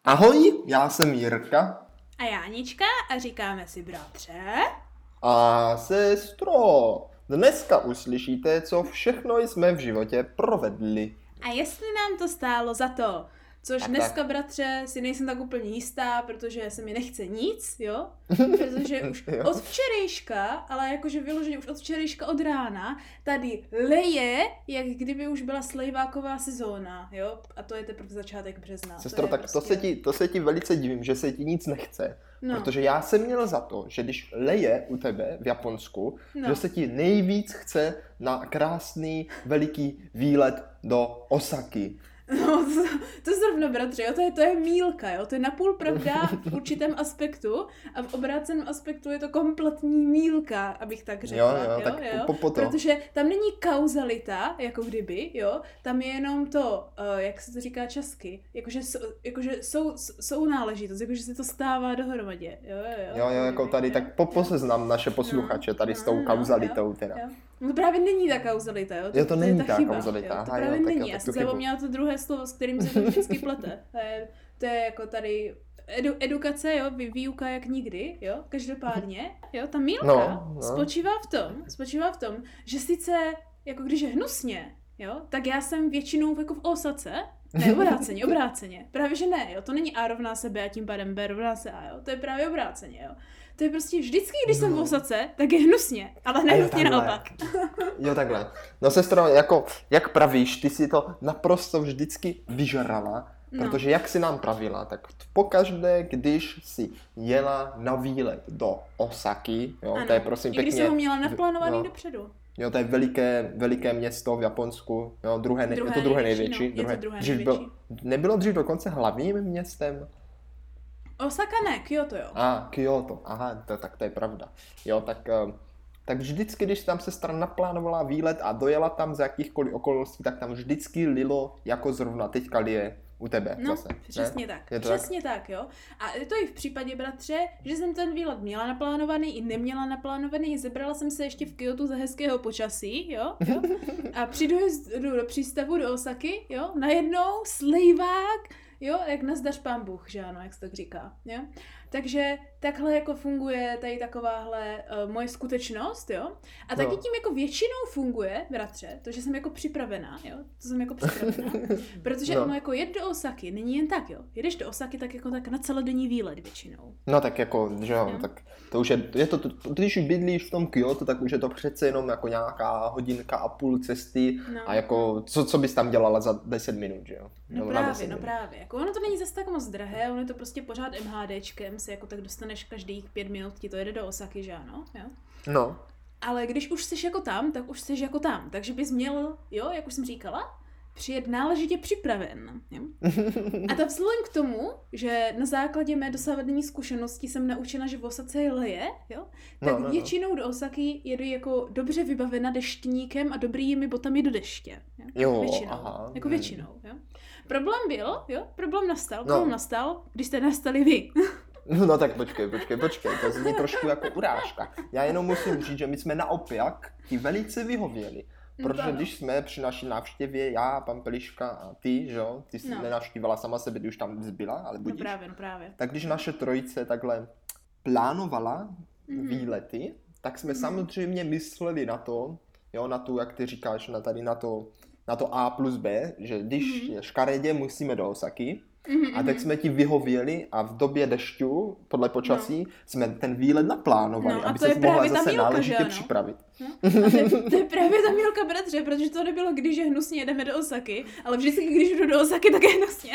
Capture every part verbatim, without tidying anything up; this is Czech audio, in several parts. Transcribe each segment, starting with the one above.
Ahoj, já jsem Jirka. A já Anička a říkáme si bratře. A sestro, dneska uslyšíte, co všechno jsme v životě provedli. A jestli nám to stálo za to, což tak, dneska, tak. bratře, si nejsem tak úplně jistá, protože se mi nechce nic, jo? Protože už od včerejška, ale jakože vyloženě už od včerejška od rána, tady leje, jak kdyby už byla slejváková sezóna, jo? A to je teprve začátek března. Sestro, to tak prostě... to, se ti, to se ti velice divím, že se ti nic nechce. No. Protože já jsem měl za to, že když leje u tebe v Japonsku, No. že se ti nejvíc chce na krásný, veliký výlet do Osaky. No, to, to zrovna, bratře, jo, to je, to je mýlka, jo, to je napůl pravda v určitém aspektu a v obráceném aspektu je to kompletní mýlka, abych tak řekla, Jo, jo, tak po, po to. Protože tam není kauzalita, jako kdyby, jo, tam je jenom to, uh, jak se to říká česky, jakože, jakože jsou, jsou náležitost, jakože se to stává dohromadě, jo, jo. Jo, jo, jako tady, tak po, poseznám naše posluchače tady no, s tou no, kauzalitou jo, teda. Jo. No to právě není ta kauzalita, jo? To, Jo, to není je ta, ta chyba, kauzalita, jo? To aha, právě jo, tak není, jo, já tak jsem tu chybu. zapomněla to druhé slovo, s kterým se to vždycky plete. To je, to je jako tady edu, edukace, jo, Vý, výuka jak nikdy, jo, každopádně, jo, ta mýlka No, no. spočívá v tom, spočívá v tom, že sice, jako když je hnusně, jo, tak já jsem většinou jako v Osace, ne, obráceně, obráceně, právě že ne, jo, to není A rovná se B a tím pádem B rovná se A, jo, to je právě obráceně, jo. To je prostě vždycky, když jsem v Osace, tak je hnusně, ale ne nutně naopak. Jo, takhle. No sestro, jako, jak pravíš, ty si to naprosto vždycky vyžrala, No. protože jak si nám pravila, tak pokaždé, když si jela na výlet do Osaky, jo, Ano, to je prosím i pěkně... když jsem ho měla naplánovaný no, dopředu. Jo, to je veliké, veliké město v Japonsku, jo, druhé, nej, Druhé je to druhé největší, největší. no, je to druhé dřív největší. Byl, nebylo dřív dokonce hlavním městem? Osaka ne, Kyoto jo. A, Kyoto, aha, to, tak to je pravda. Jo, tak, eh, tak vždycky, když tam sestra naplánovala výlet a dojela tam z jakýchkoliv okolností, tak tam vždycky lilo, jako zrovna teďka lije u tebe No, zase. přesně ne? tak. Je to Přesně tak? tak, jo. A je to i v případě, bratře, že jsem ten výlet měla naplánovaný i neměla naplánovaný, zebrala jsem se ještě v Kyotu za hezkého počasí, jo, jo. A přijdu do, do přístavu, do Osaky, jo, najednou slejvák, jo, jak nazdař pán Bůh, že ano, jak se tak říká, jo. Takže takhle jako funguje tady takováhle uh, moje skutečnost, jo. A taky No. tím jako většinou funguje, bratře, to, že jsem jako připravená, jo, to jsem jako připravená, protože No. ono jako jet do Osaky není jen tak, jo. Jedeš do Osaky tak jako tak na celodenní výlet většinou. No tak jako, že jo, Jo. tak to už je, je to, to, když už bydlíš v tom Kyoto, tak už je to přece jenom jako nějaká hodinka a půl cesty No. a jako, co, co bys tam dělala za deset minut, že jo? No Nebo na právě, deset no minut. právě. Jako ono to není zase tak moc drahé, ono je to prostě pořád MHDčkem, se jako tak dostaneš každých pět minut, ti to jede do Osaky, že ano, jo. No. Ale když už jsi jako tam, tak už jsi jako tam. Takže bys měl, jo, jak už jsem říkala, přijet náležitě připraven. Jo? A to vzhledem k tomu, že na základě mé dosavadní zkušenosti jsem naučena, že v Osace je leje, jo? Tak No, no, no. většinou do Osaky jedu jako dobře vybavena deštníkem a dobrými botami do deště. Jo? Jo, většinou. aha. Jako Mm. většinou. Jo? Problém byl, jo? Problém nastal, No. problém nastal, když jste nastali vy. No tak počkej, počkej, počkej, to zní trošku jako urážka. Já jenom musím říct, že my jsme naopak ti velice vyhověli. No Protože to ano. když jsme při naší návštěvě, já, pan Peliška a ty, že jo, ty jsi No. nenavštívala sama sebe, ty už tam zbyla, ale No budíš. právě, no právě. Tak když naše trojice takhle plánovala Mhm. výlety, tak jsme Mhm. samozřejmě mysleli na to, jo, na tu, jak ty říkáš, na tady na to, na to A plus B, že když Mhm. je škaredě, musíme do Osaky. Mhm, A tak mhm. jsme ti vyhověli a v době dešťu, podle počasí, no. jsme ten výlet naplánovali, No, a aby to se je mohla právě ta zase mýlka, že náležitě ano? připravit. No? A to, je, to je právě ta mýlka, bratře, protože to nebylo, když je hnusně, jedeme do Osaky, ale vždycky, když jdu do Osaky, tak je hnusně.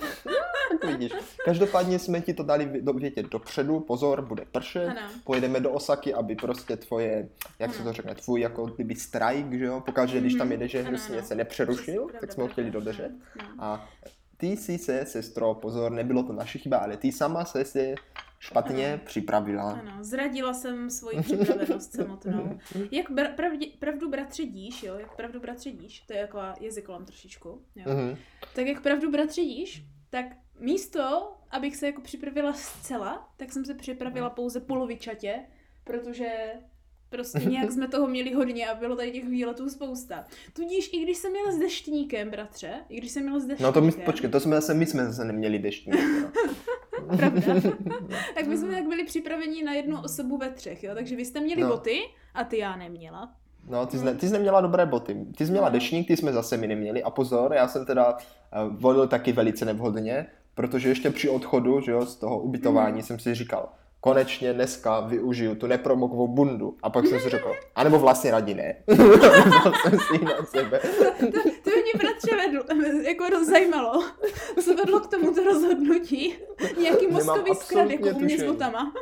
Tak vidíš. Každopádně jsme ti to dali vě- do- vědět dopředu, pozor, bude pršet, Ano. pojedeme do Osaky, aby prostě tvoje, jak Ano. se to řekne, tvůj jako kdyby strajk, že jo, pokaždé, když tam Mhm. jede, že Ano, hnusně ano. se nepřerušil, Pravda, tak jsme ho pravda. chtěli dodržet. No, no. A ty jsi se, sestro, pozor, nebylo to naše chyba, ale ty sama se si špatně Ano. připravila. Ano, zradila jsem svoji připravenost samotnou. Jak br- pravdě, pravdu bratře díš, jo, jak pravdu bratře díš, to je jako jazykolem trošičku, jo. Mhm. Tak jak pravdu bratře díš, tak místo, abych se jako připravila zcela, tak jsem se připravila pouze polovičatě, protože Prostě nějak jsme toho měli hodně a bylo tady těch výletů spousta. Tudíž i když jsem jela s deštníkem, bratře, i když jsem jela s deštníkem... No to my, počkej, to jsme zase, my jsme zase neměli deštník. Pravda. Tak my jsme tak byli připraveni na jednu osobu ve třech, jo, takže vy jste měli no. boty a ty já neměla. No, ty jsi, ne, ty jsi neměla dobré boty. Ty jsi měla no. deštník, ty jsme zase my neměli. A pozor, já jsem teda uh, volil taky velice nevhodně, protože ještě při odchodu, že jo, z toho ubytování mm. jsem si říkal, konečně dneska využiju tu nepromokvou bundu. A pak jsem si řekl, anebo vlastně radši ne. jsem si na sebe. To, to, to mě bratře vedlo, jako rozzajímalo, co vedlo k tomuto rozhodnutí. Nějaký mozkový skrad, jako u mě s botama.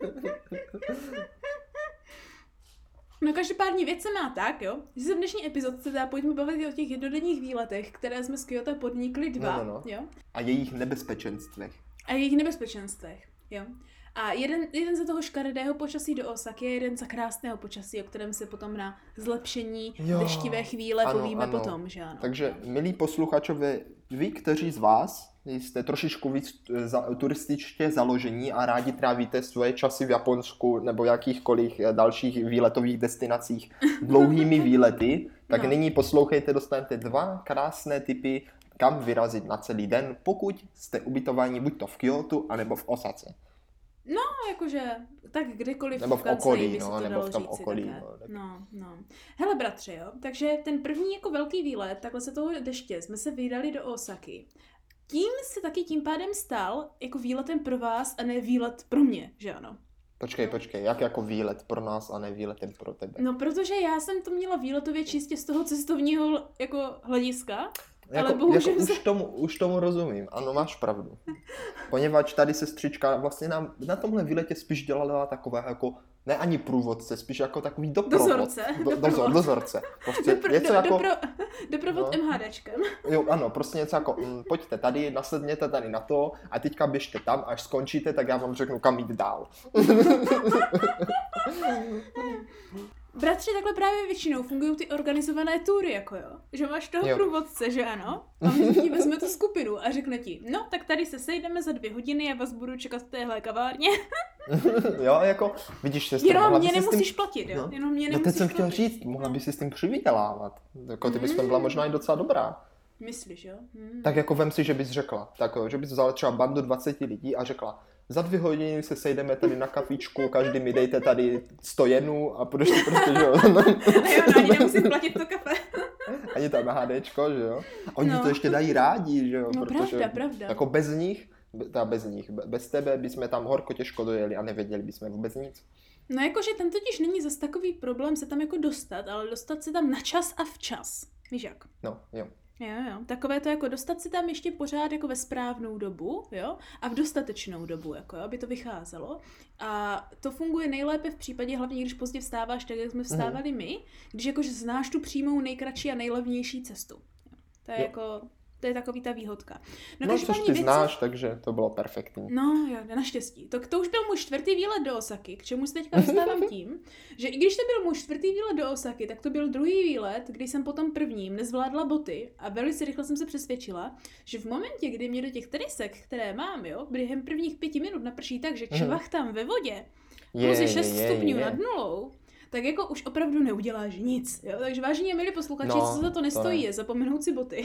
No každopádně věc se má tak, jo, že se v dnešní epizodce teda pojďme bavit o těch jednodenních výletech, které jsme z Kyoto podnikli dva, no, no, no. jo. A jejich nebezpečenstvech. A jejich nebezpečenstvech, jo. A jeden, jeden za toho škaredého počasí do Osaky je jeden za krásného počasí, o kterém se potom na zlepšení jo, deštivé chvíle ano, povíme ano. potom, že ano. Takže, milí posluchačové, vy, kteří z vás jste trošičku víc za, turističtě založení a rádi trávíte svoje časy v Japonsku nebo jakýchkoliv dalších výletových destinacích dlouhými výlety, tak no. nyní poslouchejte, dostanete dva krásné tipy, kam vyrazit na celý den, pokud jste ubytováni buď to v Kyotu, anebo v Osace. No, jakože, tak kdekoliv nebo v, v okolí, no, to nebo v tom říci, okolí. No, tak. no, no. Hele, bratře, jo, takže ten první jako velký výlet, takhle se toho deště, jsme se vydali do Osaky. Tím se taky tím pádem stal jako výletem pro vás a ne výlet pro mě, že ano? Počkej, no. počkej, jak jako výlet pro nás a ne výletem pro tebe? No, protože já jsem to měla výletově čistě z toho cestovního jako hlediska. Jako, ale bohužel jako se... už, tomu, už tomu rozumím, ano, máš pravdu. Poněvadž tady sestřička vlastně nám na tomhle výletě spíš dělala takové jako, ne ani průvodce, spíš jako takový doprovod. Dozorce. Do, dozor, dozorce. Prostě Dopro, něco do, jako... Dopro, doprovod no. MHDčkem. Jo, ano, prostě něco jako, m, pojďte tady, nasedněte tady na to a teďka běžte tam, až skončíte, tak já vám řeknu, kam jít dál. Bratři, takhle právě většinou fungují ty organizované tury, jako jo. Že máš toho jo. průvodce, že ano? A on ti vezme tu skupinu a řekne ti, no, tak tady se sejdeme za dvě hodiny, já vás budu čekat v téhle kavárně. Jo, jako, vidíš, sestro, jenom mě nemusíš tím... platit, jo? No. Jenom mě no nemusíš teď jsem platit. chtěl říct, mohla by si s tím přivydělávat. Jako ty bys mm. byla možná i docela dobrá. Myslíš, jo? Mm. Tak jako vem si, že bys řekla, tak že bys vzala třeba bandu dvacet lidí a řekla, za dvě hodiny se sejdeme tady na kafičku, každý mi dejte tady sto jenů a budeš si prostě, že jo. No. A jo, no, ani nemusím platit to kafe. Ani tam HDčko, že jo. A oni no. to ještě dají rádi, že jo. No protože pravda, pravda. Jako bez nich, teda bez nich, bez tebe bychom tam horko těžko dojeli a nevěděli bychom vůbec nic. No jakože tam totiž není zas takový problém se tam jako dostat, ale dostat se tam na čas a včas. Víš jak? No, jo. Jo, jo. Takové to jako dostat si tam ještě pořád jako ve správnou dobu, jo, a v dostatečnou dobu, jako jo, aby to vycházelo. A to funguje nejlépe v případě, hlavně když pozdě vstáváš, tak jak jsme vstávali my, když jakože znáš tu přímou nejkratší a nejlevnější cestu. To je jo. jako... To je takový ta výhodka. No, no což ty věci... znáš, takže to bylo perfektní. No jo, naštěstí. To, to už byl můj čtvrtý výlet do Osaky, k čemu se teďka dostávám tím, že i když to byl můj čtvrtý výlet do Osaky, tak to byl druhý výlet, kdy jsem potom prvním nezvládla boty a velice rychle jsem se přesvědčila, že v momentě, kdy mě do těch tenisek, které mám, jo, během prvních pěti minut naprší tak, že čvachtám ve vodě, plus je šest stupňů je. nad nulou, tak jako už opravdu neuděláš nic. Jo? Takže vážně, milí posluchači, no, co za to nestojí, to ne. je zapomenout si boty.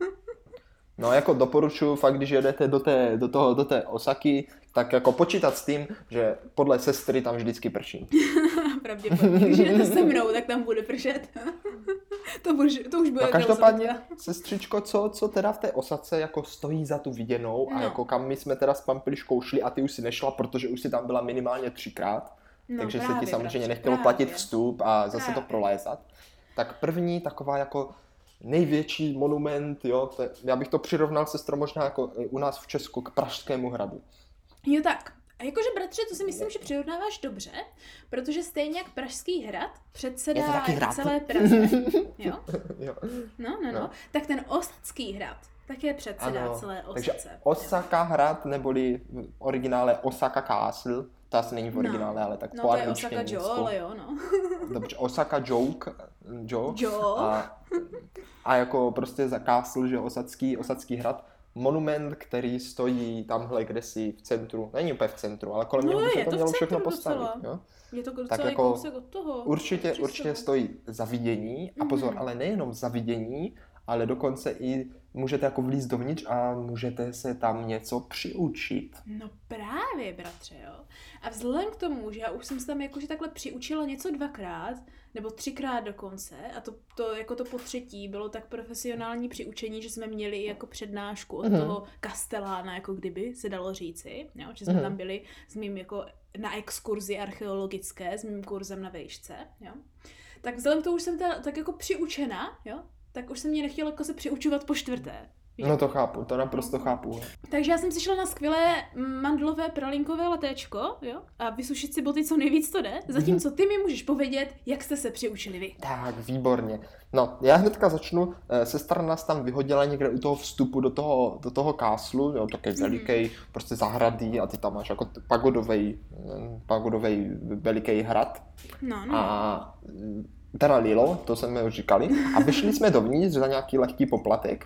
No jako doporučuji fakt, když jedete do té, do toho, do té Osaky, tak jako počítat s tím, že podle sestry tam vždycky prší. Pravděpodobně. Když jdete se mnou, tak tam bude pršet. to, už, to už bude. No každopádně, sestřičko, co, co teda v té Osace jako stojí za tu viděnou no. a jako kam my jsme teda s Pampiliškou šli a ty už si nešla, protože už si tam byla minimálně třikrát. No, takže právě, se ti samozřejmě bratři, nechtělo právě. platit vstup a zase právě. to prolézat. Tak první taková jako největší monument, jo, to je, já bych to přirovnal, sestro, možná jako u nás v Česku k Pražskému hradu. Jo tak, a jakože bratře, to si myslím, že přirovnáváš dobře, protože stejně jak Pražský hrad předsedá celé Praze, jo? jo. No, no, no, no, tak ten Osacký hrad také předsedá ano, celé Osace. Takže Osaka hrad, neboli v originále Osaka Castle, to asi není v originále, no. ale tak no, po to je Osaka Joe, ale jo, no. Dobře, Osaka Joke, Joe. Joe. A, a jako prostě za Castle, že osacký, osacký hrad, monument, který stojí tamhle kdesi v centru, není úplně v centru, ale kolem No, něho by se je to to v mělo všechno centru postavit. docela. Jo? Je to Tak docela jako kousek od toho. Určitě, Přesně. určitě stojí za vidění a pozor, Mhm. ale nejenom za vidění, ale dokonce i můžete jako vlízt dovnitř a můžete se tam něco přiučit. No právě, bratře, jo. A vzhledem k tomu, že já už jsem se tam jakože takhle přiučila něco dvakrát, nebo třikrát dokonce, a to, to jako to po třetí bylo tak profesionální přiučení, že jsme měli i jako přednášku od Mhm. toho kastelána, jako kdyby se dalo říci, jo? Že jsme Mhm. tam byli s mým jako na exkurzi archeologické, s mým kurzem na vejšce, jo. Tak vzhledem k tomu, že jsem ta, tak jako přiučena, jo, tak už se mě nechtělo jako se přiučovat po čtvrté. Víš? No to chápu, to naprosto chápu. Takže já jsem si šla na skvělé mandlové pralinkové latéčko, jo, a vysušit si boty co nejvíc to jde, zatímco ty mi můžeš povědět, jak jste se přiučili vy. Tak, výborně. No, já hnedka začnu. Eh, Sestra nás tam vyhodila někde u toho vstupu do toho, do toho káslu, jo, takový veliký, prostě zahrady a ty tam máš jako t- pagodovej, eh, pagodovej veliký hrad. No, no. A mm, teda lilo, to jsme už říkali. A vyšli jsme dovnitř za nějaký lehký poplatek.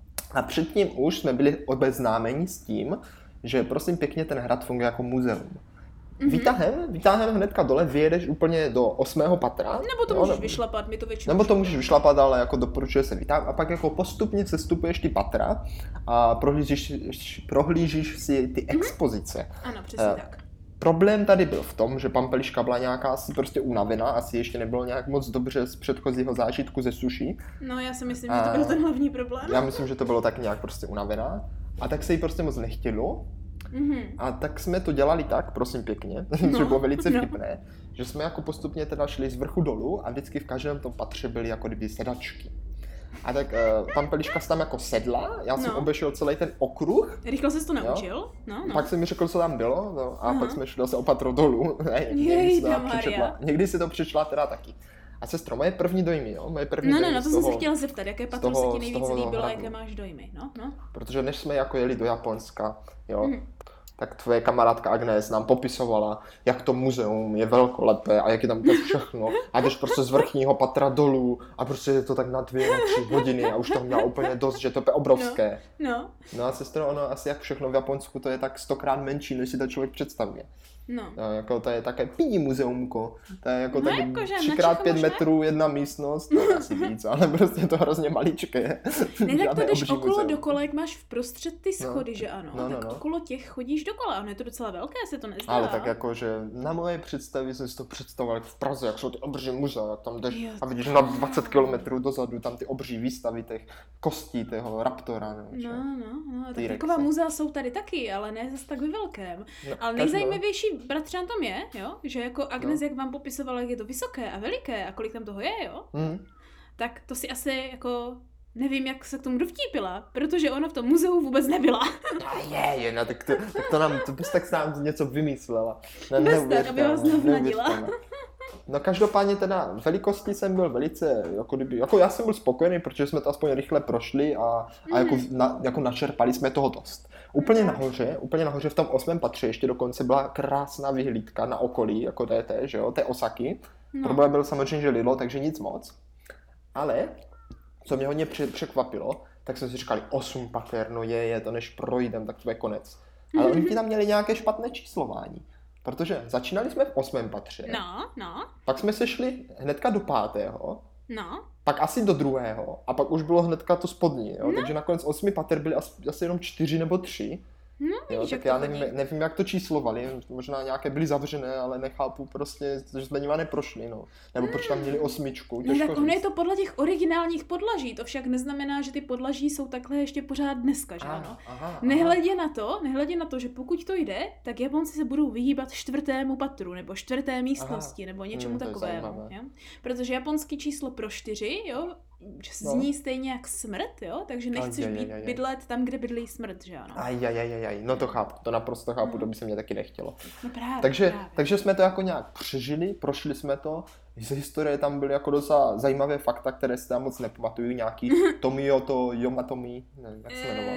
A předtím už jsme byli obeznámeni s tím, že prosím pěkně ten hrad funguje jako muzeum. Mhm. Výtahem, výtahem hnedka dole vyjedeš úplně do osmého patra. Nebo to jo, můžeš nebo- vyšlapat, mi to většinou. Nebo to můžeš vyšlapat, ale jako doporučuje se výtah. A pak jako postupně sestupuješ ty patra a prohlížíš, prohlížíš si ty expozice. Ano, přesně Eh, tak. Problém tady byl v tom, že Pampeliška byla nějaká asi prostě unavená, asi ještě nebylo nějak moc dobře z předchozího zážitku ze suší. No, já si myslím, že A- to byl ten hlavní problém. Já myslím, že to bylo tak nějak prostě unavená. A tak se jí prostě moc nechtělo. Mhm. A tak jsme to dělali tak, prosím pěkně, No, že bylo velice no. vtipné, že jsme jako postupně teda šli z vrchu dolů a vždycky v každém tom patře byly jako kdyby sedačky. A tak uh, Pampeliška se tam jako sedla, já jsem No. obešel celý ten okruh, Rychle ses to naučil? No, no. pak jsem mi řekl, co tam bylo, no, a Aha. pak jsme šli zase o patro dolů. Ne, někdy, si to Jejda přečetla, Maria. někdy si to přečetla teda taky. A sestro, moje první dojmy, jo, moje první No, no, dojmy no, z to jsem toho, se chtěla zeptat, jaké patro toho- se ti z nejvíc toho líbilo, hradu. jaké máš dojmy, no, no. Protože než jsme jako jeli do Japonska, jo, Mhm. tak tvoje kamarádka Agnes nám popisovala, jak to muzeum je velkolepé a jak je tam to všechno. A jdeš prostě z vrchního patra dolů a prostě je to tak na dvě, na tři hodiny a už tam měla úplně dost, že to je obrovské. No, No a sestro, ono asi jak všechno v Japonsku, to je tak stokrát menší, než si to člověk představuje. no. No, jako to je také pídí muzeumko. To je jako No, tak jakože, na třikrát Čechu pět možná? metrů, jedna místnost, to je asi víc, ale prostě je to hrozně maličké. Ne, tak to Žádné jdeš obří okolo muzeum. dokola, jak máš vprostřed ty No. schody, že ano? No, no, tak no. okolo těch chodíš dokola, ono je to docela velké, se to nezdá. Ale tak jako, že na moje představy jsem si to představoval jak v Praze, jak jsou ty obří muzea, jak tam jdeš Jo, a vidíš na dvacet kilometrů dozadu tam ty obří výstavy těch kostí, toho raptora, nebo čo. No, no, no, tak T-Rexe. taková muzea jsou tady taky, ale ne zase tak ve velkém. No, Ale každý- nejzajímavější, bratře, na tom je, jo, že jako Agnes, No. jak vám popisovala, jak je to vysoké a veliké a kolik tam toho je, jo, Mhm. tak to si asi jako nevím, jak se k tomu dovtípila, protože ona v tom muzeu vůbec nebyla. A je, je, no, tak to, tak to nám, to bys tak s nám něco vymyslela. Ne, Bez tak, aby vás neuvěřitelné, navnadila. neuvěřitelné. No každopádně teda velikosti jsem byl velice, jako kdyby, jako já jsem byl spokojený, protože jsme to aspoň rychle prošli a, a jako, na, jako načerpali jsme toho dost. Úplně nahoře, úplně nahoře v tom osmém patře ještě dokonce byla krásná vyhlídka na okolí, jako té, té, že jo, té Osaky. No. Problém byl samozřejmě, že Lidlo, takže nic moc. Ale, co mě hodně pře- překvapilo, tak jsme si říkali osm pater, no je, je to než projdem, tak to je konec. Ale oni ti tam měli nějaké špatné číslování. Protože začínali jsme v osmém patře, No, no, pak jsme se šli hnedka do pátého, no. pak asi do druhého a pak už bylo hnedka to spodní, jo? No. Takže nakonec osmi pater byly asi, asi jenom čtyři nebo tři. No, Jo, víš, tak jak to já chodí. nevím, nevím, jak to číslovali, možná nějaké byly zavřené, ale nechápu prostě, že jsme nima neprošli, no. Nebo proč tam měli osmičku, No těžko tak ono je říct. to podle těch originálních podlaží, to však neznamená, že ty podlaží jsou takhle ještě pořád dneska, že Ah, ano? aha, aha. Nehledě na to, nehledě na to, že pokud to jde, tak Japonci se budou vyhýbat čtvrtému patru, nebo čtvrté místnosti, nebo něčemu Hmm, to je takovému, zajímavé. jo? Protože japonský číslo pro čtyři, jo, No. zní stejně jak smrt, jo? Takže nechceš Aj, aj, být aj, aj. bydlet tam, kde bydlí smrt, že ano? Aj, aj, aj, aj, aj, no to chápu, to naprosto chápu, No. to by se mě taky nechtělo. No právě, Takže, právě. takže jsme to jako nějak přežili, prošli jsme to, z historie tam byly jako docela zajímavé fakta, které si tam moc nepamatuju, nějaký Tomioto, Yomatomi, nevím, jak se jmenoval.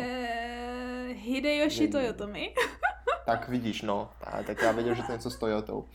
Eh, Hideyoshi Nevím. Toyotomi. Tak vidíš, no, tak, tak já věděl, že to je něco s Toyotou.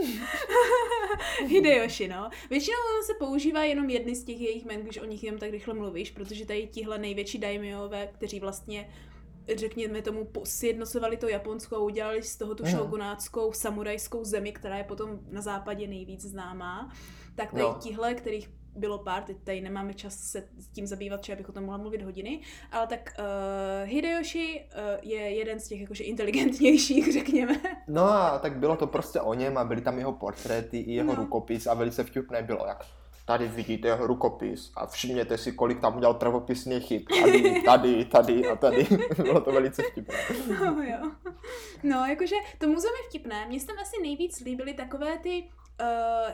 Hideyoshi, no. Většinou se používá jenom jedny z těch jejich jmen, když o nich jenom tak rychle mluvíš, protože tady tihle největší daimyové, kteří vlastně řekněme tomu, sjednocovali to Japonsko a udělali z toho tu Mhm. šogunátskou samurajskou zemi, která je potom na západě nejvíc známá, tak tady No. tihle, kterých bylo pár, teď tady nemáme čas se s tím zabývat, či abych o tom mohla mluvit hodiny, ale tak uh, Hideyoshi uh, je jeden z těch jakože inteligentnějších, řekněme. No a tak bylo to prostě o něm a byly tam jeho portréty i jeho No. rukopis a velice vtipné bylo, jak tady vidíte jeho rukopis a všimněte si, kolik tam udělal pravopisných chyb. Tady, tady, tady a tady. Bylo to velice vtipné. No jo. No, jakože to muzeum je vtipné. Mně se tam asi nejvíc líbily takové ty uh,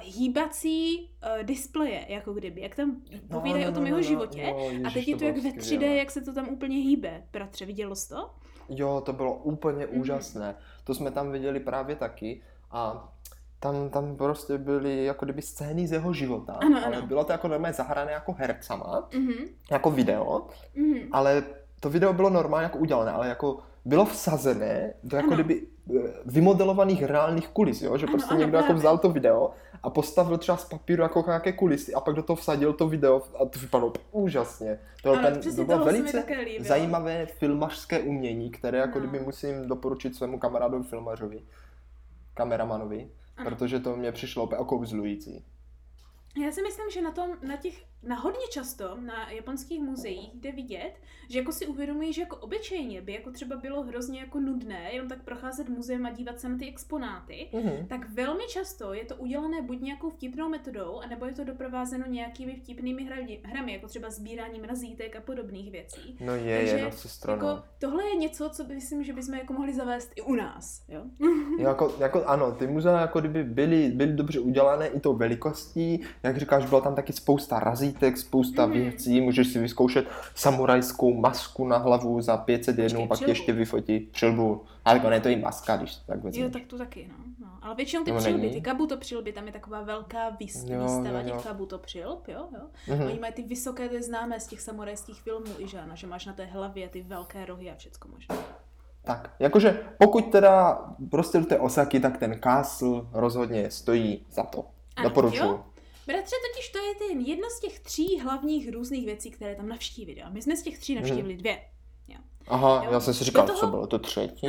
hýbací uh, displeje, jako kdyby, jak tam povídají o tom jeho životě. jo, A ježiš, teď je to to jak bylo ve tři dé, skvělé. jak se to tam úplně hýbe. Bratře, viděl jsi to? Jo, to bylo úplně Mhm. úžasné. To jsme tam viděli právě taky a tam, tam prostě byly jako kdyby scény z jeho života, Ano, ale ano. bylo to jako normálně zahrané jako hercama, Mhm. jako video, Mhm. ale to video bylo normálně jako udělané, ale jako bylo vsazené do jako Ano. kdyby eh, vymodelovaných reálných kulis, jo? Že Ano, prostě ano, někdo jako právě. vzal to video a postavil třeba z papíru jako nějaké kulisy a pak do toho vsadil to video a to vypadalo úžasně. To, Ano, ten, přesně to bylo tohle se mi velice také líbilo. zajímavé filmařské umění, které jako No. kdyby musím doporučit svému kamarádovi filmařovi, kameramanovi, Ano. protože to mě přišlo opět okouzlující. Já si myslím, že na tom, na těch, na hodně často na japonských muzeích jde vidět, že jako si uvědomují, že jako obyčejně by jako třeba bylo hrozně jako nudné jenom tak procházet muzeem a dívat se na ty exponáty, Mhm. tak velmi často je to udělané buď nějakou vtipnou metodou, anebo je to doprovázeno nějakými vtipnými hrami, hrami jako třeba sbíráním razítek a podobných věcí. No je, Takže je, no sestro, no. Jako, tohle je něco, co myslím, že bychom jako mohli zavést i u nás, jo? Jo, jako, jako, ano, ty muzea jako kdyby byly, byly dobře udělané i tou velikostí, jak říkáš, bylo tam taky spousta razítek, spousta Mhm. věcí, můžeš si vyzkoušet samurajskou masku na hlavu za pět set jednou, Počkej, pak přilbu. ještě vyfotit přilbu, ale jako ne, to je i maska, když tak Jo, vezmeš. tak to taky, no. no. Ale většinou ty Nebo přilby, není? ty kabuto přilby, tam je taková velká vys- Jo, výstava jo, jo. těch kabuto přilb, jo, jo. Mhm. Oni mají ty vysoké, to je známé z těch samurajských filmů i žána, že máš na té hlavě ty velké rohy a všecko možné. Tak, jakože pokud teda prostě do té Osaky, tak ten castle rozhodně stojí za to. Ano, Doporučuji. jo? Bratře, totiž to je ten jedna z těch tří hlavních různých věcí, které tam navštívit. A my jsme z těch tří navštívili dvě. Aha, Jo. já jsem si říkal, Do toho- co bylo to třetí.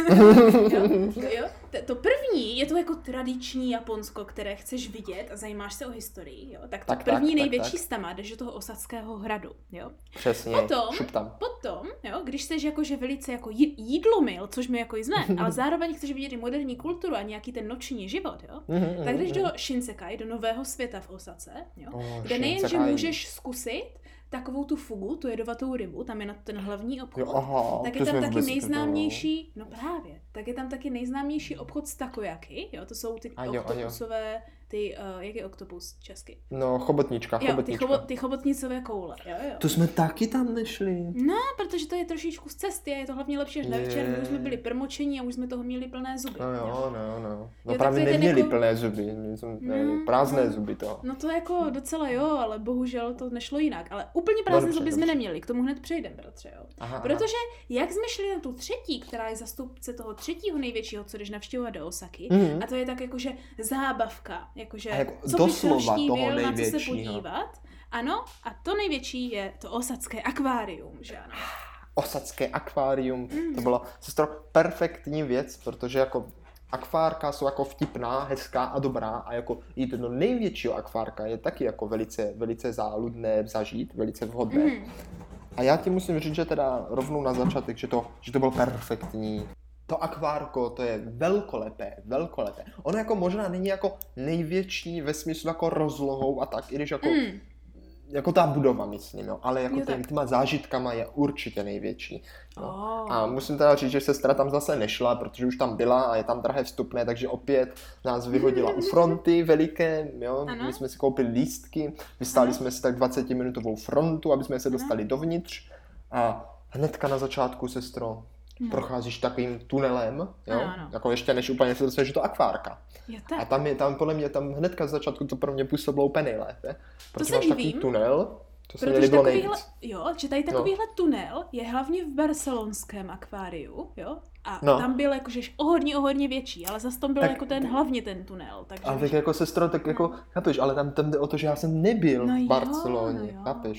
Jo? jo? To, to první je to jako tradiční Japonsko, které chceš vidět a zajímáš se o historii. Jo? Tak to Tak, tak, první tak, největší tak. stama jdeš do toho Osackého hradu. Jo? Přesně, Potom- šup tam. Potom, jo, když jsi jakože velice jako jí- jídlomil, což my jako jsme, ale zároveň chceš vidět i moderní kulturu a nějaký ten noční život, jo, Mhm, tak jdeš mhm, do Shinsekai, do nového světa v Osace, jo, Oh, kde nejenže Shinsekai. můžeš zkusit takovou tu fugu, tu jedovatou rybu, tam je na ten hlavní obchod, Jo, aha, tak to je tam jsme taky vůbec nejznámější, no právě, tak je tam taky nejznámější obchod s takoyaki, jo, to jsou ty A jo, a jo. oktopusové, ty, uh, jak je oktopus česky? No, chobotnička, Jo, ty, chobotnička. chobo, ty chobotnicové koule, jo, jo. To jsme taky tam nešli. No, protože to je trošičku z cesty a je to hlavně lepší až na večer, my už jsme Je. byli prmočení a už jsme toho měli plné zuby. No jo, no, no. No tak právě to je ten neměli jako- plné zuby, my jsme měli No, prázdné no. zuby to. No to jako docela jo, ale bohužel to nešlo jinak. Ale úplně prázdné dobře, zuby jsme dobře. neměli, k tomu hned přejdeme, bratře, jo. Aha, Protože jak jsme šli na tu třetí, která je zastupce toho třetího největšího, co jdeš navštěvovat do Osaky, Mhm. a to je tak jakože zábavka, jakože A jako co doslova bys navštívil, toho na co se největšího. podívat. Ano, a to největší je to osacké akvárium, že ano. Osacké akvárium, Mm. to byla, sestro, perfektní věc, protože jako akvárka jsou jako vtipná, hezká a dobrá a jako jít do největšího akvárka je taky jako velice, velice záludné zažít, velice vhodné. Mm. A já ti musím říct, že teda rovnou na začátek, že to, že to bylo perfektní. To akvárko, to je velkolepé, velkolepé. Ono jako možná není jako největší ve smyslu jako rozlohou a tak, i když jako, Mm. jako ta budova, myslím, jo, ale jako Jo, těm, tak. těma zážitkama je určitě největší. No. Oh. A musím teda říct, že sestra tam zase nešla, protože už tam byla a je tam drahé vstupné, takže opět nás vyhodila u fronty veliké, jo, Ano. my jsme si koupili lístky, vystáli Ano. jsme si tak dvacetiminutovou frontu, aby jsme se dostali dovnitř a hnedka na začátku, sestro, No. procházíš takovým tunelem, jo, Ano, ano. jako ještě než úplně se dostaneš do akvárka. Jo, A tak. tam je, tam podle mě, tam hnedka z začátku to pro mě působilo úplně nejlépe, protože se máš takový divím, tunel, to se mi Protože líbilo takovýhle, nejvíc. jo, že tady takovýhle tunel je hlavně v barcelonském akváriu, jo, a No. tam byl jakože o hodně, o hodně větší, ale zase tam byl Tak- jako ten hlavně ten tunel, takže... Ale tak jako sestro, tak jako, chápeš, ale tam, tam jde o to, že já jsem nebyl No v jo, Barceloně, no jo. chápeš?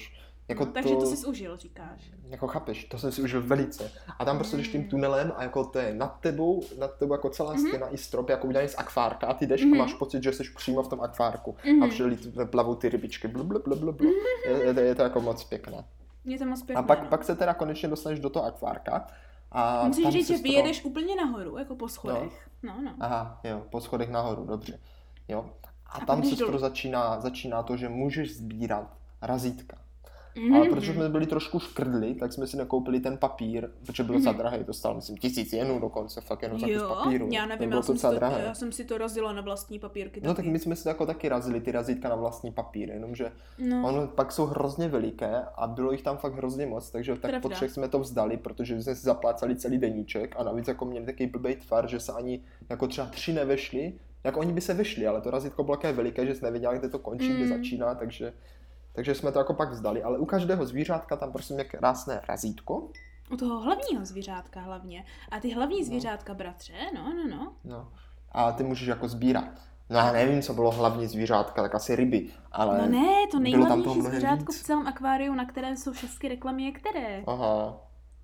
Jako no, takže to jsi užil, říkáš. Jako chápeš, to jsem si užil velice. A tam prostě jdeš tím tunelem a jako to je nad tebou, nad tebou jako celá mm-hmm. stěna i strop, jako udělaný z akvárka a ty jdeš mm-hmm. a máš pocit, že jsi přímo v tom akvárku. Mm-hmm. A všeli plavou ty rybičky, blablabla. Mm-hmm. Je, je, je to jako moc pěkné. Je to moc pěkné, A pak, no. pak se teda konečně dostaneš do toho akvárka. A musíš říct, že stro... vyjedeš úplně nahoru, jako po schodech. No. No, no. Aha, jo, po schodech nahoru, dobře. Jo. A, a tam se začíná, začíná to, že můžeš sbírat razítka. Mm-hmm. Ale protože jsme byli trošku škrdli, tak jsme si nekoupili ten papír, protože byl mm-hmm. za drahý, to stalo myslím tisíc jenů dokonce, fakt jenom za kus papíru. Já nevím, já jsem, to, já jsem si to razila na vlastní papírky. No taky. Tak my jsme si jako taky razili ty razítka na vlastní papír, jenomže no. ono pak jsou hrozně veliké a bylo jich tam fakt hrozně moc, takže tak Pravda. po třech jsme to vzdali, protože jsme si zaplácali celý deníček a navíc jako měli takový blbej tvar, že se ani jako třeba tři nevešli, jako oni by se vešli, ale to razítko bylo také veliké, že jsme nevěděli, kde to končí, mm. kde začíná, takže Takže jsme to jako pak vzdali, ale u každého zvířátka tam prosím je krásné razítko. U toho hlavního zvířátka hlavně. A ty hlavní zvířátka, no. bratře, no, no, no. No. A ty můžeš jako sbírat. No já nevím, co bylo hlavní zvířátka, tak asi ryby, ale... No ne, to nejhlavnější zvířátko víc. V celém akváriu, na kterém jsou všechny reklamy, je které? Aha.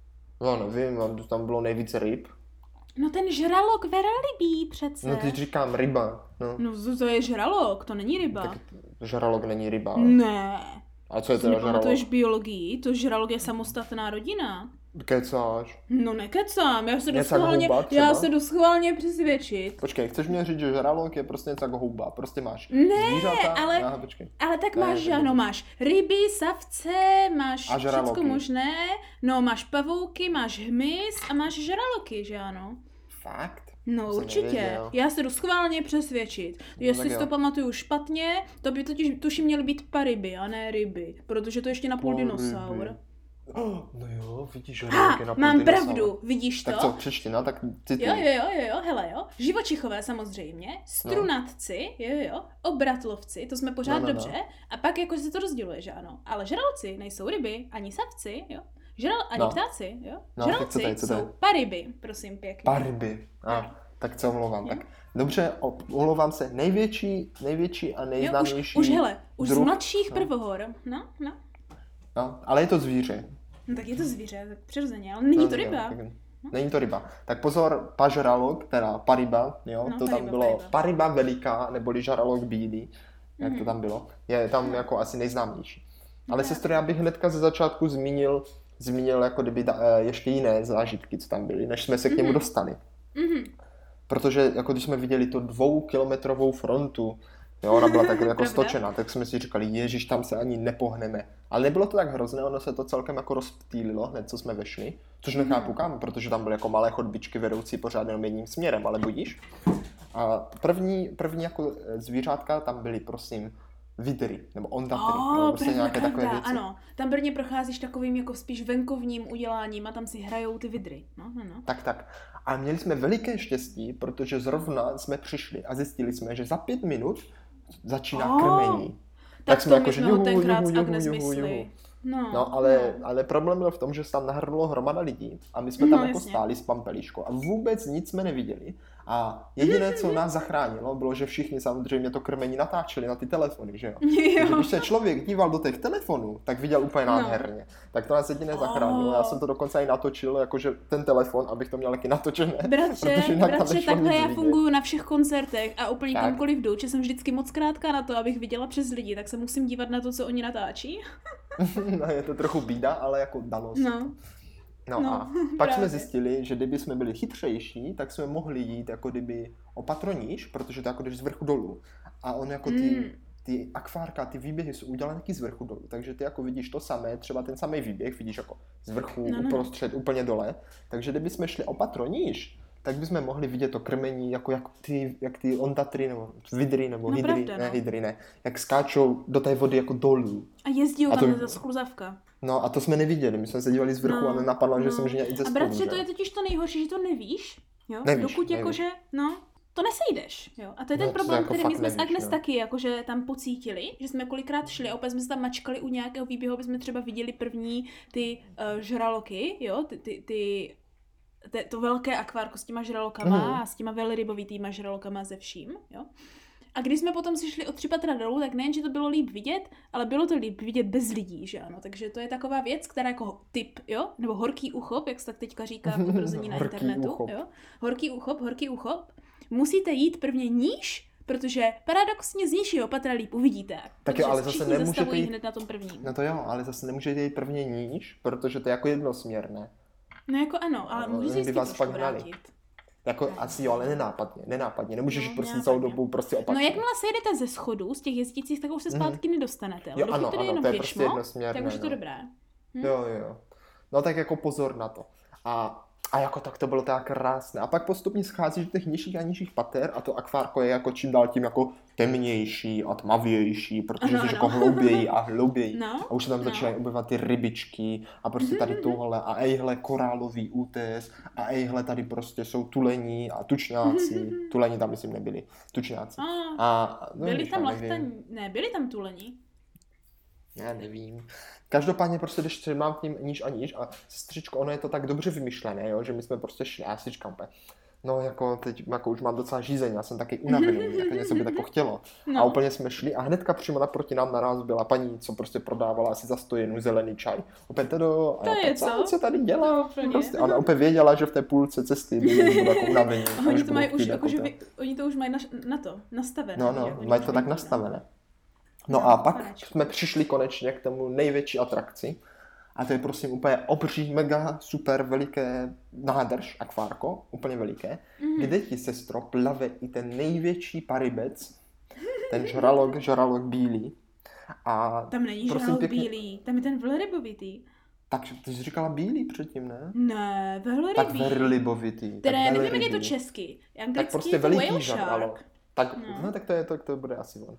No nevím, tam bylo nejvíce ryb. No ten žralok velrybí přece. No teď říkám ryba. No, no to je žralok, to není ryba. Tak žralok není ryba. Ne. A co je teda žralok? To je biologii, to žralok je samostatná rodina. Kecáš? No nekecám, já se doschválně, já se doschválně přesvědčit. Počkej, chceš mě říct, že žralok je prostě něco jako houba, prostě máš ne, zvířata, ale, aha, počkej. ale tak máš, že ano, máš ryby, savce, máš všecko možné, no máš pavouky, máš hmyz a máš žraloky, že ano. Fakt? No to určitě, nevěděl. Já se jdu schválně přesvědčit. No, jestli si to pamatuju špatně, to by totiž tuším měly být paryby a ne ryby, protože to ještě napůl dinosaur. Oh, no jo, vidíš, že ha, je napůl mám dinosaur. Pravdu, vidíš to? Tak co, přečti, no, tak ty, ty. Jo, jo, jo, jo, hele jo, živočichové samozřejmě, strunatci, no. jo, jo, obratlovci, to jsme pořád no, no, dobře, no. A pak jako se to rozděluje, že ano, ale žraloci nejsou ryby, ani savci, jo. Žral, ani no. ptáci, jo? No, žraloci tady, jsou paryby, prosím pěkně. Paryby, ah, tak co omlouvám, tak dobře, omlouvám se, největší, největší a nejznámější jo, už, už hele, už druh, z mladších no. prvohor, no, no. No, ale je to zvíře. No tak je to zvíře, tak přirozeně, ale není no, to ryba. Jo, tak, no. Není to ryba. Tak pozor, pažralok, teda paryba, jo, no, to paryba, tam bylo paryba. paryba veliká, neboli žralok bílý, jak mm-hmm. to tam bylo, je tam mm-hmm. jako asi nejznámější. Ale no, sestro, já bych hnedka ze začátku zmínil, zmínil jako kdyby da, ještě jiné zážitky, co tam byly, než jsme se k němu dostali. Mm-hmm. Protože jako když jsme viděli tu dvoukilometrovou frontu, jo, ona byla tak jako stočená, tak jsme si říkali, ježiš, tam se ani nepohneme. Ale nebylo to tak hrozné, ono se to celkem jako rozptýlilo hned, co jsme vešli, což nechápu kam, protože tam byly jako malé chodbičky vedoucí pořád jenom jedním směrem, ale budíš. A první, první jako zvířátka tam byly, prosím, vidry, nebo ondatry, oh, nebo prostě nějaké pravda, takové věci. Ano, tam Brně procházíš takovým jako spíš venkovním uděláním a tam si hrajou ty vidry. No, no, no. Tak, tak. A měli jsme veliké štěstí, protože zrovna jsme přišli a zjistili jsme, že za pět minut začíná oh, krmení. Tak, tak jsme jako, že juhu, juhu, juhu, juhu, juhu. No, no, ale, no. ale problém byl v tom, že se tam nahrnulo hromada lidí a my jsme tam no, jako jasně. stáli s pampeliškou a vůbec nic jsme neviděli. A jediné, co nás zachránilo, bylo, že všichni samozřejmě to krmení natáčeli na ty telefony, že jo? jo. Takže když se člověk díval do těch telefonů, tak viděl úplně nádherně. No. Tak to nás jediné zachránilo. Já jsem to dokonce i natočil, jakože ten telefon, abych to měl taky natočené. Bratře, bratře takhle já funguju na všech koncertech a úplně tak. Kamkoliv jdu, že jsem vždycky moc krátká na to, abych viděla přes lidi, tak se musím dívat na to, co oni natáčí. No, je to trochu bída, ale jako dalo se no. to. No, no a pak právě. Jsme zjistili, že kdyby jsme byli chytřejší, tak jsme mohli jít jako kdyby opatroníž, protože to jako jdeš z vrchu dolů. A on jako ty, mm. ty akvárka, ty výběhy jsou udělané taky z vrchu dolů, takže ty jako vidíš to samé, třeba ten samý výběh vidíš jako z vrchu no, no. uprostřed úplně dole. Takže kdyby jsme šli opatroníž, tak bychom mohli vidět to krmení, jako jak ty, jak ty ondatry, nebo vidry, nebo no, hydry, pravda, ne no. hydry, ne, jak skáčou do té vody jako dolů. A jezdí tam to... za skluzavka. No a to jsme neviděli, my jsme se dívali z vrchu no, a nenapadlo, no. že jsem měl jít ze spodu. A bratře, to je totiž to nejhorší, že to nevíš, jo? Nevíš, dokud nevíš. jakože, no, to nesejdeš, jo. A to je ten no, problém, jako který my jsme nevíš, s Agnes no. taky, jakože tam pocítili, že jsme kolikrát šli a opět jsme se tam mačkali u nějakého výběhu, aby jsme třeba viděli první ty uh, žraloky, jo, ty, ty, ty Te, to velké akvárko s těma žralokama mm. a s těma velrybovitýma žralokama ze vším, jo. A když jsme potom si šli o tři patra dolů, tak nejen, že to bylo líp vidět, ale bylo to líp vidět bez lidí, že ano. Takže to je taková věc, která jako tip, jo? Nebo horký uchop, jak se tak teďka říká v obrození na internetu. Uchop. Jo? Horký uchop, horký uchop. Musíte jít prvně níž, protože paradoxně z nižšího patra líp uvidíte. Tak jo, ale zase nemůžete jít hned na tom prvním. No to jo, ale zase nemůžete jít prvně níž, protože to je jako jednosměrné. No jako ano, ale no, můžete vás si pak vrátit. Jako ne. Asi jo, ale nenápadně, nenápadně. Nemůžeš no, prostě celou dobu prostě opakovat. No jakmile sejdete ze schodů, z těch jezdících, tak už se zpátky mm. nedostanete. Ale jo, dokud ano, to je ano, jenom to je pěšmo, prostě jednosměrné. tak už je to no. dobré. Hm? Jo, jo, jo. No tak jako pozor na to. A A jako tak to bylo tak krásné. A pak postupně scházíš do těch nižších a nižších pater a to akvárko je jako čím dál tím jako temnější a tmavější, protože jsi jako hlouběji a hlouběji. No, a už se tam no. začínají objevovat ty rybičky a prostě tady tohle a ejhle korálový útes a ejhle tady prostě jsou tulení a tučňáci. Tulení tam myslím nebyli. Tučňáci. A, no, byli tam lachtaní. Ne, byli tam tulení. Já nevím. Každopádně prostě, když třeba k ním níž a níž a sestřičko, ono je to tak dobře vymyšlené, jo, že my jsme prostě šli, já si říkám, no jako teď jako už mám docela žízeň, já jsem taky unavený, jako něco by tako chtělo. No. A úplně jsme šli a hnedka přímo naproti nám naraz byla paní, co prostě prodávala asi za sto jenů zelený čaj. Opět to, to je co? co tady dělá? Prostě, ona opět věděla, že v té půlce cesty byli jako unavení. Oni to mají už, jako, že vy, oni to už mají na, na to, nastavené. No, no, mají to tak nastavené. No, no a pak konečně. Jsme přišli konečně k tomu největší atrakci a to je prosím úplně obří, mega, super veliké nádrž, akvárko, úplně veliké, mm. kde ti, sestro, plave i ten největší paribec, ten žralok, žralok bílý. A tam není žralok pěkně... bílý, tam je ten velrybovitý. Takže ty jsi říkala bílý předtím, ne? Ne, velrybý. Tak velrybovitý. Teda já nevím, jak je to česky. Tak prostě veliký žralok. Tak, no. no tak to, je, to, to bude asi on.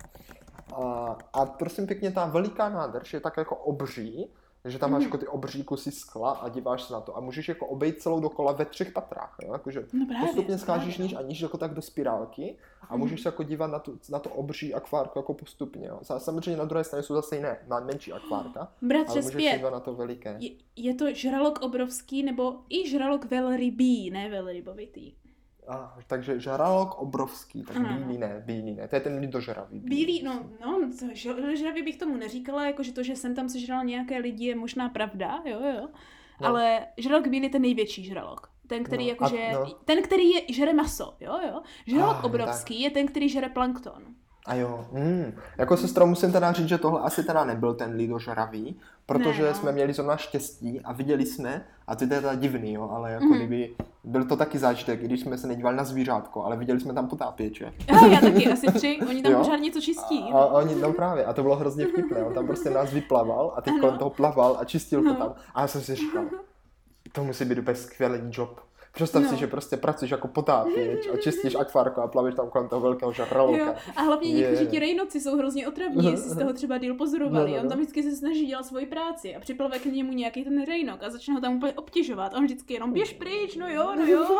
A, a prosím pěkně, ta veliká nádrž je tak jako obří, že tam mm. máš jako ty obří kusy skla a díváš se na to a můžeš jako obejít celou dokola ve třech patrách, jo? Jakože no právě, postupně skážeš níž a níž jako tak do spirálky a mm. můžeš se jako dívat na, tu, na to obří akvárko jako postupně, jo? Samozřejmě na druhé straně jsou zase jiné, na menší akvárka, Bratře, ale můžeš zpět. se dívat na to veliké. Je, je to žralok obrovský nebo i žralok velrybý, ne velrybovitý? Ah, takže žralok obrovský, tak Aha. bílý ne, bílý ne, to je ten lidožravý. Bílý, bílý no, no, lidožravý bych tomu neříkala, jakože to, že jsem tam sežral nějaké lidi, je možná pravda, jo, jo, no. Ale žralok bílý je ten největší žralok. Ten, který no, jakože, no. ten, který je, žere maso, jo, jo. Žralok ah, obrovský tak. Je ten, který žere plankton. A jo, hmm. Jako sestro musím teda říct, že tohle asi teda nebyl ten lidožravý, protože ne, no. jsme měli zrovna štěstí a viděli jsme, a to je teda divný, jo, ale jako mm. kdyby, byl to taky zážitek, když jsme se nedívali na zvířátko, ale viděli jsme tam potápěče. Jo, já taky, asi tři, oni tam pořád něco čistí. A, a oni, no právě, a to bylo hrozně vtipné, on tam prostě nás vyplaval a teď ano. kolem toho plaval a čistil no. to tam. A já jsem si říkal, to musí být úplně skvělý job. Představ no. si, že prostě pracuješ jako potápěč a čistíš akvárko a plavíš tam kolem toho velkého žraloka. A hlavně někteří ti rejnoci jsou hrozně otravní, jestli z toho třeba díl pozorovali. No, no, no. On tam vždycky se snaží dělat svoji práci a připlave k němu nějaký ten rejnok a začne ho tam úplně obtěžovat. A on vždycky jenom běž pryč, no jo, no jo.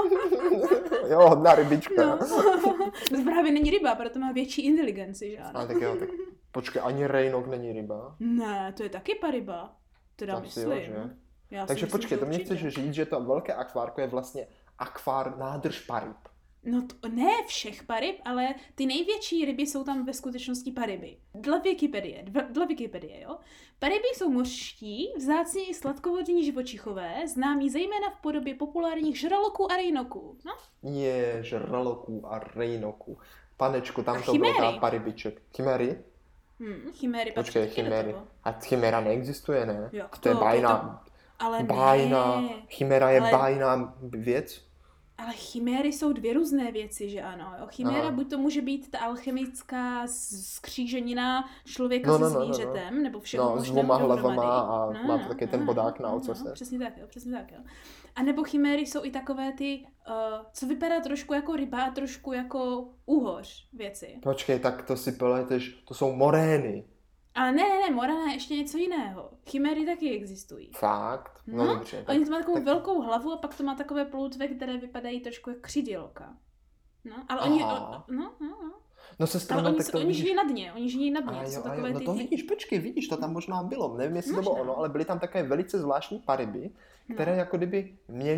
Jo, hodná rybička. No. To právě není ryba, proto má větší inteligenci, že ano. A tak jo, tak počkej, ani rejnok není ryba. Ne, to je taky paryba. Teda myslím. Jo, že? Já Takže myslím, počkej, to mě chceš říct, že to velké akvárko je vlastně akvár nádrž paryb. No to, ne všech paryb, ale ty největší ryby jsou tam ve skutečnosti paryby. Dle Wikipedie, dle Wikipedie, jo. Paryby jsou mořští, vzácně i sladkovodní živočichové, známí zejména v podobě populárních žraloků a rejnoků. No? Je, žraloků a rejnoků. Panečku, tam a to bylo ta parybiček. Chiméry? Hmm, chiméry. Počkej, chiméry. A chiméra neexistuje, ne? Jo, to, to je bájná. To... Ale bájná, ne. chiméra je ale, bájná věc. Ale chiméry jsou dvě různé věci, že ano. Jo? Chiméra buď to může být ta alchemická skříženina člověka no, no, se zvířetem, no, no, no. nebo všeho no, možného s dvoma hlavama a no, má to taky no, ten bodák no, na ocase. No, přesně tak, jo, přesně tak, jo. A nebo chiméry jsou i takové ty, uh, co vypadá trošku jako ryba a trošku jako úhoř věci. Počkej, tak to si pleteš, to jsou morény. Ale ne, ne, ne, morana je ještě něco jiného. Chiméry taky existují. Fakt? No, no dobře. Oni to má takovou tak... velkou hlavu a pak to má takové ploutve, které vypadají trošku jak křidílka. No, ale oni, o, no, no, no. No se strana, ale oni, tak to oni vidíš... žijí na dně, oni žijí na dně. A jo, jsou a takové jo, no ty... to vidíš, počkej, vidíš, to tam možná bylo. Nevím, jestli možná. To bylo ono, ale byly tam takové velice zvláštní paryby, které no. jako kdyby měly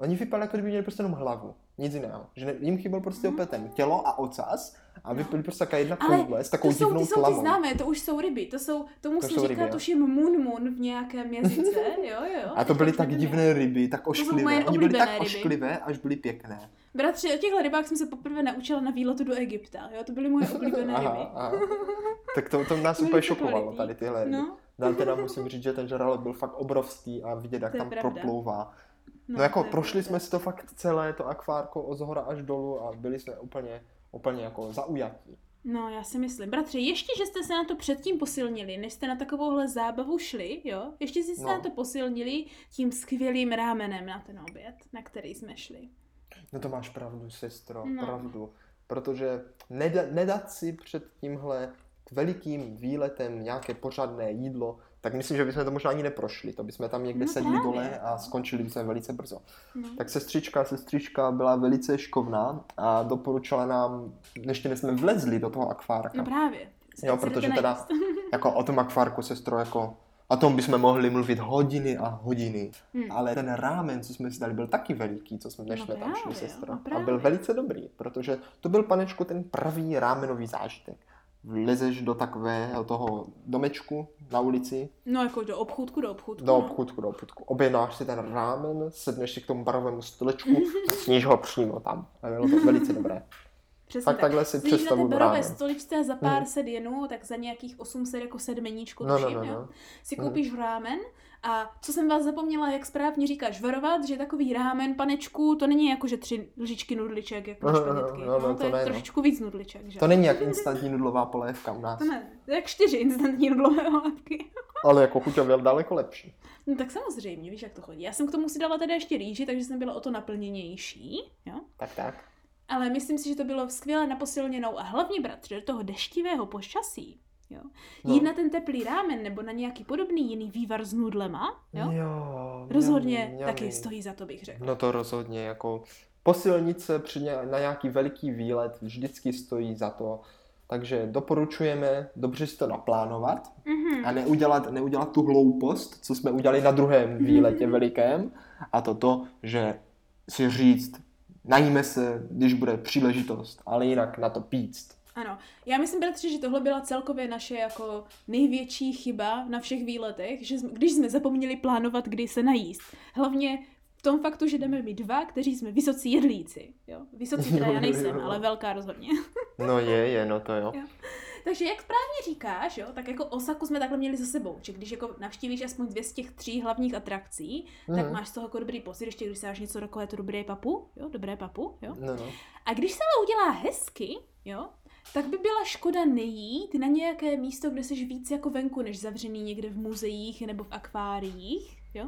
Oni vypadali, jako kdyby měli prostě jenom hlavu, nic jiného. Že ne, jim chyběl prostě opět ten tělo a ocas a vypadali no. prostě taková jedna koule s takovou divnou tlamou. To jsou ty známé, to už jsou ryby, to jsou, tomu se říká tuším mun mun v nějakém jazyce, jo, jo. A to byly tak divné ryby, tak ošklivé, oni byly tak ryby. ošklivé, až byly pěkné. Bratře, o těchto rybách jsem se poprvé naučila na výletu do Egypta, jo, to byly moje oblíbené aha, ryby. Aha. Tak to, to nás úplně šokovalo, tady tyhle ryby. No. Já teda musím říct, že ten žralok byl fakt obrovský a vidět, jak tam pravda. proplouvá. No, no jako prošli jsme si to fakt celé, to akvárko od zhora až dolů a byli jsme úplně, úplně jako zaujatí. No, já si myslím. Bratře, ještě, že jste se na to předtím posilnili, než jste na takovouhle zábavu šli, jo? Ještě jste se no. na to posilnili tím skvělým rámenem na ten oběd, na který jsme šli. No to máš pravdu, sestro, no. pravdu. Protože neda, nedat si před tímhle velikým výletem nějaké pořádné jídlo, tak myslím, že bychom to možná ani neprošli. To bychom tam někde no, sedli právě. dole a skončili bychom velice brzo. No. Tak sestřička, sestřička byla velice šikovná a doporučila nám, ještě než jsme vlezli do toho akvárka. No právě. Jo, protože teda jako o tom akvárku, sestro, jako o tom bychom mohli mluvit hodiny a hodiny. Hmm. Ale ten rámen, co jsme si dali, byl taky veliký, co jsme, než no jsme právě, tam šli, sestro. No a byl velice dobrý, protože to byl, panečku, ten pravý rámenový zážitek. Vlezeš do takového toho domečku na ulici. No jako do obchůdku, do obchůdku. Do obchůdku, do obchůdku. Objednáš si ten rámen, sedneš si k tomu barovému stolečku a sníš ho přímo tam. A bylo to velice dobré. Přesně tak. tak. Takhle si představuji rámen. Na té barové stoličce za pár hmm. set jenů, tak za nějakých osm set jako sedmeníčku no, tuším, no, no, no. jo? Si koupíš hmm. rámen a co jsem vás zapomněla, jak správně říkáš, varovat, že takový rámen, panečku, to není jako, že tři lžičky nudliček, jak pro španětky. No, no, no, to, to je ne, trošičku no. víc nudliček, že? To není jak instantní nudlová polévka u nás. To ne, to je jak čtyři instantní nudlové polévky. Ale jako chuťově daleko lepší. No tak samozřejmě, víš, jak to chodí. Já jsem k tomu si dala teda ještě rýži, takže jsem byla o to naplněnější, jo? Tak, tak. Ale myslím si, že to bylo skvěle naposilněnou a hlavně, bratře, do toho deštivého počasí, jo. Jít no. na ten teplý rámen nebo na nějaký podobný jiný vývar s nudlema, jo. jo rozhodně mňami, mňami. taky stojí za to, bych řekla. No to rozhodně, jako posilnit se při ně, na nějaký veliký výlet vždycky stojí za to. Takže doporučujeme dobře si to naplánovat mm-hmm. a neudělat, neudělat tu hloupost, co jsme udělali na druhém výletě velikém, a to to, že si říct, najíme se, když bude příležitost, ale jinak na to píct. Ano, já myslím, bratře, že tohle byla celkově naše jako největší chyba na všech výletech, že jsme, když jsme zapomněli plánovat, kdy se najíst. Hlavně v tom faktu, že jdeme my dva, kteří jsme vysocí jedlíci. Jo? Vysocí teda já nejsem, ale velká rozhodně. No je, je, no to jo. jo. Takže jak správně říkáš, jo, tak jako Osaku jsme takhle měli za sebou, že když jako navštívíš aspoň dvě z těch tří hlavních atrakcí, mm. tak máš z toho jako dobrý pocit, ještě když se dáš něco takové to dobré papu, jo, dobré papu, jo. No, no. A když se ale udělá hezky, jo, tak by byla škoda nejít na nějaké místo, kde jsi víc jako venku, než zavřený někde v muzeích nebo v akváriích, jo.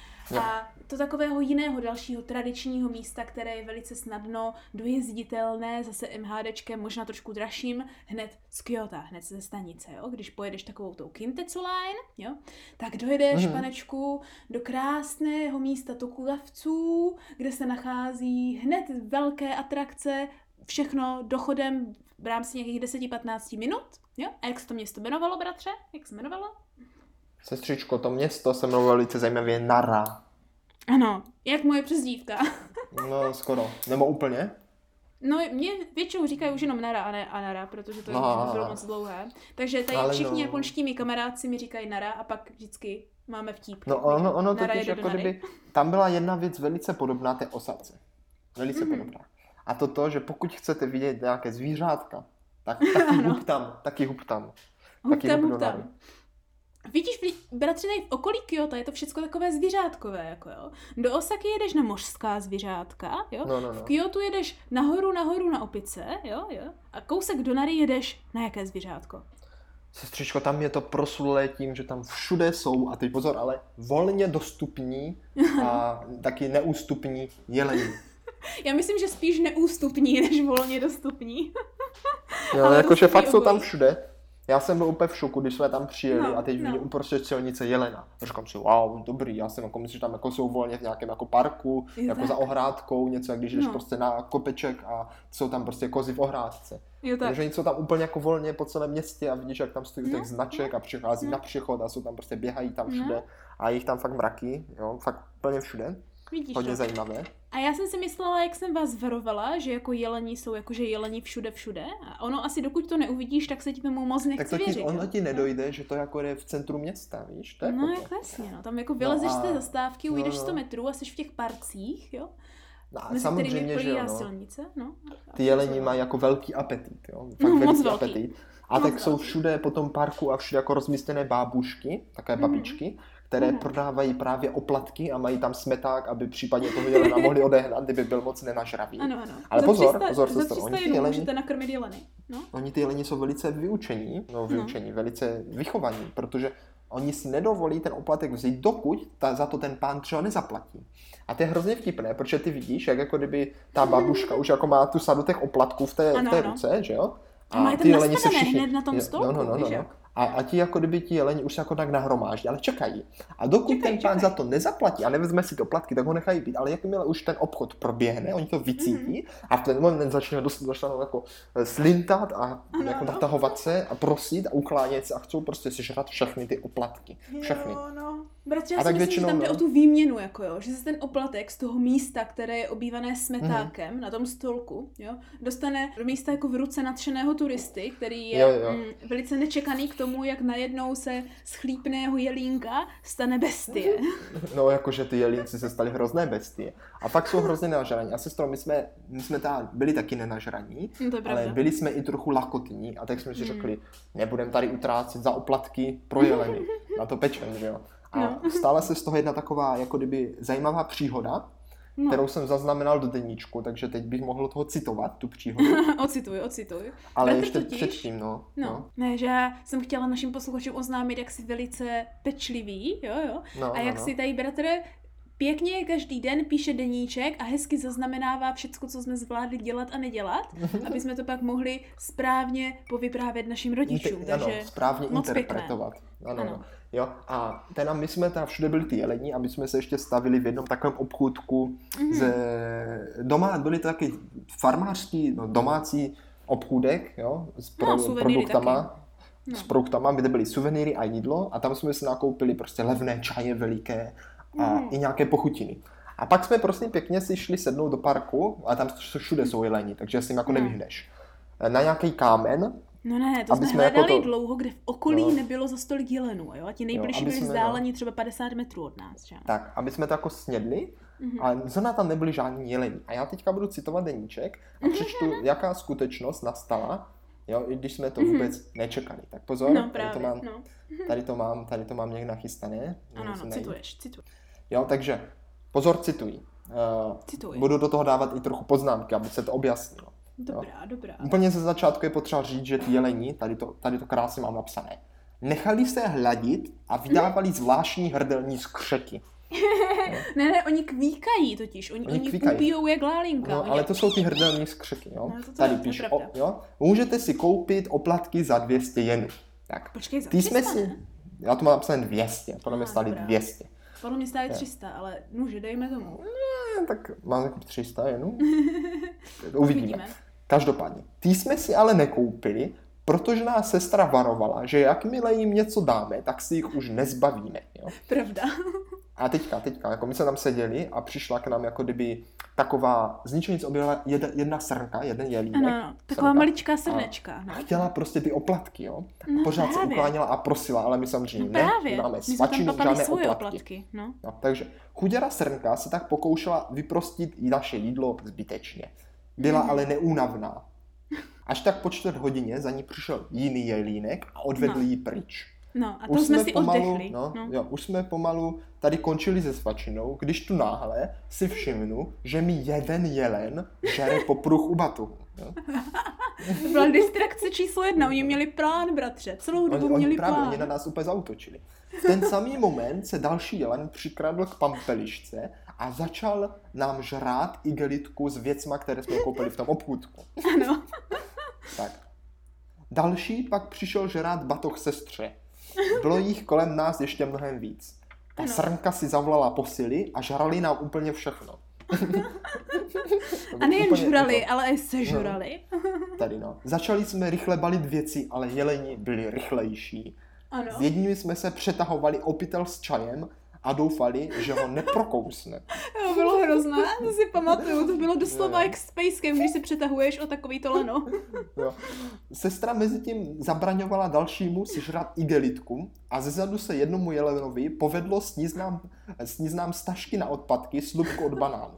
A to takového jiného dalšího tradičního místa, které je velice snadno dojezditelné, zase MHDčkem, možná trošku dražším, hned z Kyoto, hned ze stanice, jo? Když pojedeš takovou tou Kintetsu Line, jo? Tak dojedeš, mm-hmm. panečku, do krásného místa Tokulavců, kde se nachází hned velké atrakce, všechno dochodem v rámci nějakých deset až patnáct minut, jo? A jak se to město jmenovalo, bratře? Jak se jmenovalo? Sestřičko, to město se jmenovalo velice zajímavě Nara. Ano, jak moje přezdívka. No, skoro. Nebo úplně? No, mě většinou říkají už jenom Nara a ne Anara, protože to no, bylo moc dlouhé. Takže tady ale všichni no. japonští mi kamarádci mi říkají Nara a pak vždycky máme vtípky. No ono, ono totiž jako kdyby, tam byla jedna věc velice podobná té Osace. Velice mm-hmm. podobná. A to to, že pokud chcete vidět nějaké zvířátka, tak taky hub tam, taky hub tam. Hub taky tam, hub tam. Vidíš, bratře, tady v okolí Kyoto je to všechno takové zvířátkové, jako jo. Do Osaky jedeš na mořská zvířátka, jo. No, no, no. V Kyoto jedeš nahoru, nahoru na opice, jo, jo. A kousek do Nary jedeš na jaké zvířátko? Sestřičko, tam je to proslulé tím, že tam všude jsou, a teď pozor, ale volně dostupní a taky neústupní jeleni. Já myslím, že spíš neústupní, než volně dostupní. Jo, jakože fakt jsou tam všude. Já jsem byl úplně v šoku, když jsme tam přijeli no, a teď no. vidím uprostřed silnice jelena. A říkám si, wow, dobrý, já jsem jako myslím, že tam jako jsou volně v nějakém jako parku, je jako tak. za ohrádkou, něco, jak když jdeš no. prostě na kopeček a jsou tam prostě kozy v ohrádce. Takže něco tam úplně jako volně po celém městě a vidíš, jak tam stojí no, těch značek no. a přichází no. na přechod a jsou tam prostě běhají tam všude no. a jich tam fakt mraky, jo, fakt úplně všude. Vidíš Hodně to. zajímavé. A já jsem si myslela, jak jsem vás varovala, že jako jeleni jsou jakože jeleni všude všude. A ono asi dokud to neuvidíš, tak se ti tomu moc nechce Tak to ti, věřit. ono jo? ti nedojde, že to jako je v centru města, víš? To je No jako jako jasně, no. Tam jako vylezeš No a- z té zastávky, no, ujdeš no. sto metrů a jsi v těch parcích, jo? No a Mezi kterými samozřejmě, že projírá jo, no. silnice, no. A- Ty jeleni mají jako velký apetit, jo? Fakt No, moc veliký velký. apetit. A Moc tak jsou velký. všude po tom parku a všude jako rozmístěné bábušky, takové Mhm. babičky, které Mhm. prodávají právě oplatky a mají tam smeták, aby případně toho jelena mohli odehnat, kdyby byl moc nenažravý. Ano, ano. Ale Za pozor, 300 pozor, za sestro, 300 oni ty jenů jeleni- můžete nakrmit jeleny. No. Oni ty jeleni jsou velice vyučení, no vyučení, velice vychovaní, protože oni si nedovolí ten oplatek vzít, dokud ta, za to ten pán třeba nezaplatí. A to je hrozně vtipné, protože ty vidíš, jak jako kdyby ta babuška už jako má tu sadu těch oplatků v té, Ano, v té ano. ruce, že jo? A mají tam nastavené hned na tom je- stolku, no, no, no, víš no. jak? A, a ti jako kdyby ti jeleni už se jako tak nahromáždí, ale čekají. A dokud Čekají, ten pán čekají. za to nezaplatí a nevezme si to platky, tak ho nechají být. Ale jakmile už ten obchod proběhne, oni to vycítí a v ten moment začne dost, dostanou jako slintat a Ano, jako ano. natahovat se a prosit a uklánět se a chcou prostě sežrat všechny ty oplatky. Všechny. Jo, no. Bratře, já A si tak myslím, většinou, že tam jde no. o tu výměnu, jako jo, že se ten oplatek z toho místa, které je obývané smetákem na tom stolku, jo, dostane do místa jako v ruce nadšeného turisty, který je Jo, jo. Mm, velice nečekaný k tomu, jak najednou se z chlípného jelínka stane bestie. No, jakože ty jelínci se stali hrozné bestie. A pak jsou hrozně nenažraní. A sestro, my jsme, my jsme ta, byli taky nenažraní, No, to je pravda. ale byli jsme i trochu lakotní. A tak jsme si Hmm. řekli, nebudeme tady utrácet za oplatky pro jeleny. Na to pečem, že jo. A No. stala se z toho jedna taková, jako kdyby zajímavá příhoda, No. kterou jsem zaznamenal do deníčku, takže teď bych mohl toho citovat, tu příhodu. Ocituj, ocituj. Ale Bratr ještě totiž- předtím, no. No, ne, že já jsem chtěla našim posluchačům oznámit, jak jsi velice pečlivý, jo, jo. No, A jak no, no. si tady bratr pěkně každý den píše deníček a hezky zaznamenává všecko, co jsme zvládli dělat a nedělat, aby jsme to pak mohli správně povyprávět našim rodičům. Inte- Takže ano, správně moc interpretovat. Ano, Ano. ano. Jo, a teda my jsme tam všude byli ty jeleni, aby jsme se ještě stavili v jednom takovém obchůdku Mhm. ze doma, byly to taky farmářský, no, domácí obchůdek, jo, s pro, No, suvenýry produktama, No. s produktama, kde byly suvenýry a jídlo a tam jsme si nakoupili prostě levné čaje veliké a Mhm. i nějaké pochutiny. A pak jsme prosím pěkně si šli sednout do parku a tam všude jsou jeleni, takže si jim jako No. nevyhneš. Na nějaký kámen. No ne, to Aby jsme jsme jako hledali to- dlouho, kde v okolí No. nebylo za stolik jelenů, jo? A ti nejbližší aby byli jsme, vzdáleni třeba padesát metrů od nás, že? Tak, aby jsme to jako snědli, Mhm. ale zrovna tam nebyli žádní jeleni. A já teďka budu citovat deníček a přečtu, jaká skutečnost nastala, jo, i když jsme to vůbec nečekali. Tak pozor, No tady, právě, to mám, no. tady to mám, tady to mám někde nachystané. Ano, musím ano, najít. cituješ, cituješ. Jo, takže pozor, cituji. Uh, Cituj. budu do toho dávat i trochu poznámky, aby se to objasnilo. Dobrá, dobrá. Úplně ze začátku je potřeba říct, že ty jeleni, tady to, tady to krásně mám napsané, nechali se hladit a vydávali zvláštní hrdelní skřeky. Ne, ne, oni kvíkají totiž, oni, Oni oni kvíkají. upijou jak lálinka. No, oni... ale to jsou ty hrdelní skřeky, jo. No, to to Tady je- to je píš, o, pravda. jo. Můžete si koupit oplatky za dvě stě jenů. Tak, Počkej, za ty jsme tři sta, si, ne? já to mám napsané dvě stě, podle mě Ah, stály dobrá. dvě stě. Podle mě stále tři sta, ale nuže, dejme tomu. Eh, Tak mám jako tři sta jenů. Uvidíme. Uvidíme. Každopádně, ty jsme si ale nekoupili, protože nás sestra varovala, že jakmile jim něco dáme, tak si jich už nezbavíme. Jo? Pravda. A teďka, teďka, jako my jsme tam seděli a přišla k nám jako kdyby taková, z ničeho nic objevila jedna, jedna srnka, jeden jelínek. Ano, ano, taková srnka. maličká A srnečka. No. chtěla prostě ty oplatky, jo. No A pořád se právě. ukláněla a prosila, ale my samozřejmě No ne, právě, máme my jsme tam svačinu, papali žádné svoje oplatky. oplatky. No. No, takže chuděra srnka se tak pokoušela vyprostit i naše jídlo zbytečně. Byla Mhm. ale neúnavná. Až tak po čtvrt hodině za ní přišel jiný jelínek a odvedl No. ji pryč. No a to jsme si pomalu, oddechli. no, No. Jo, už jsme pomalu tady končili se svačinou, když tu náhle si všimnu, že mi jeden jelen žere po pruh u batuhu. Jo. To byla distrakce číslo jedna, oni měli plán, bratře, celou dobu Oni, oni měli právě plán. oni na nás úplně zautočili. V ten samý moment se další jelen přikradl k pampelišce a začal nám žrát igelitku s věcma, které jsme koupili v tom obchůdku. Ano. Tak. Další pak přišel žrát batoh sestře. Bylo jich kolem nás ještě mnohem víc. Ta Ano. srnka si zavolala posily a žrali nám úplně všechno. A nejen Úplně žrali, jako- ale i sežrali. Tady no. Začali jsme rychle balit věci, ale jeleni byli rychlejší. Ano. S jedním jsme se přetahovali opitel s čajem a doufali, že ho neprokousne. To bylo hrozné, to si pamatuju, to bylo doslova jak Space Camp, když si přetahuješ o takový to lano. Jo. Sestra mezi tím zabraňovala dalšímu sežrat igelitku a zezadu se jednomu jelenovi povedlo sníst nám, sníst nám stažky na odpadky, slupku od banánu.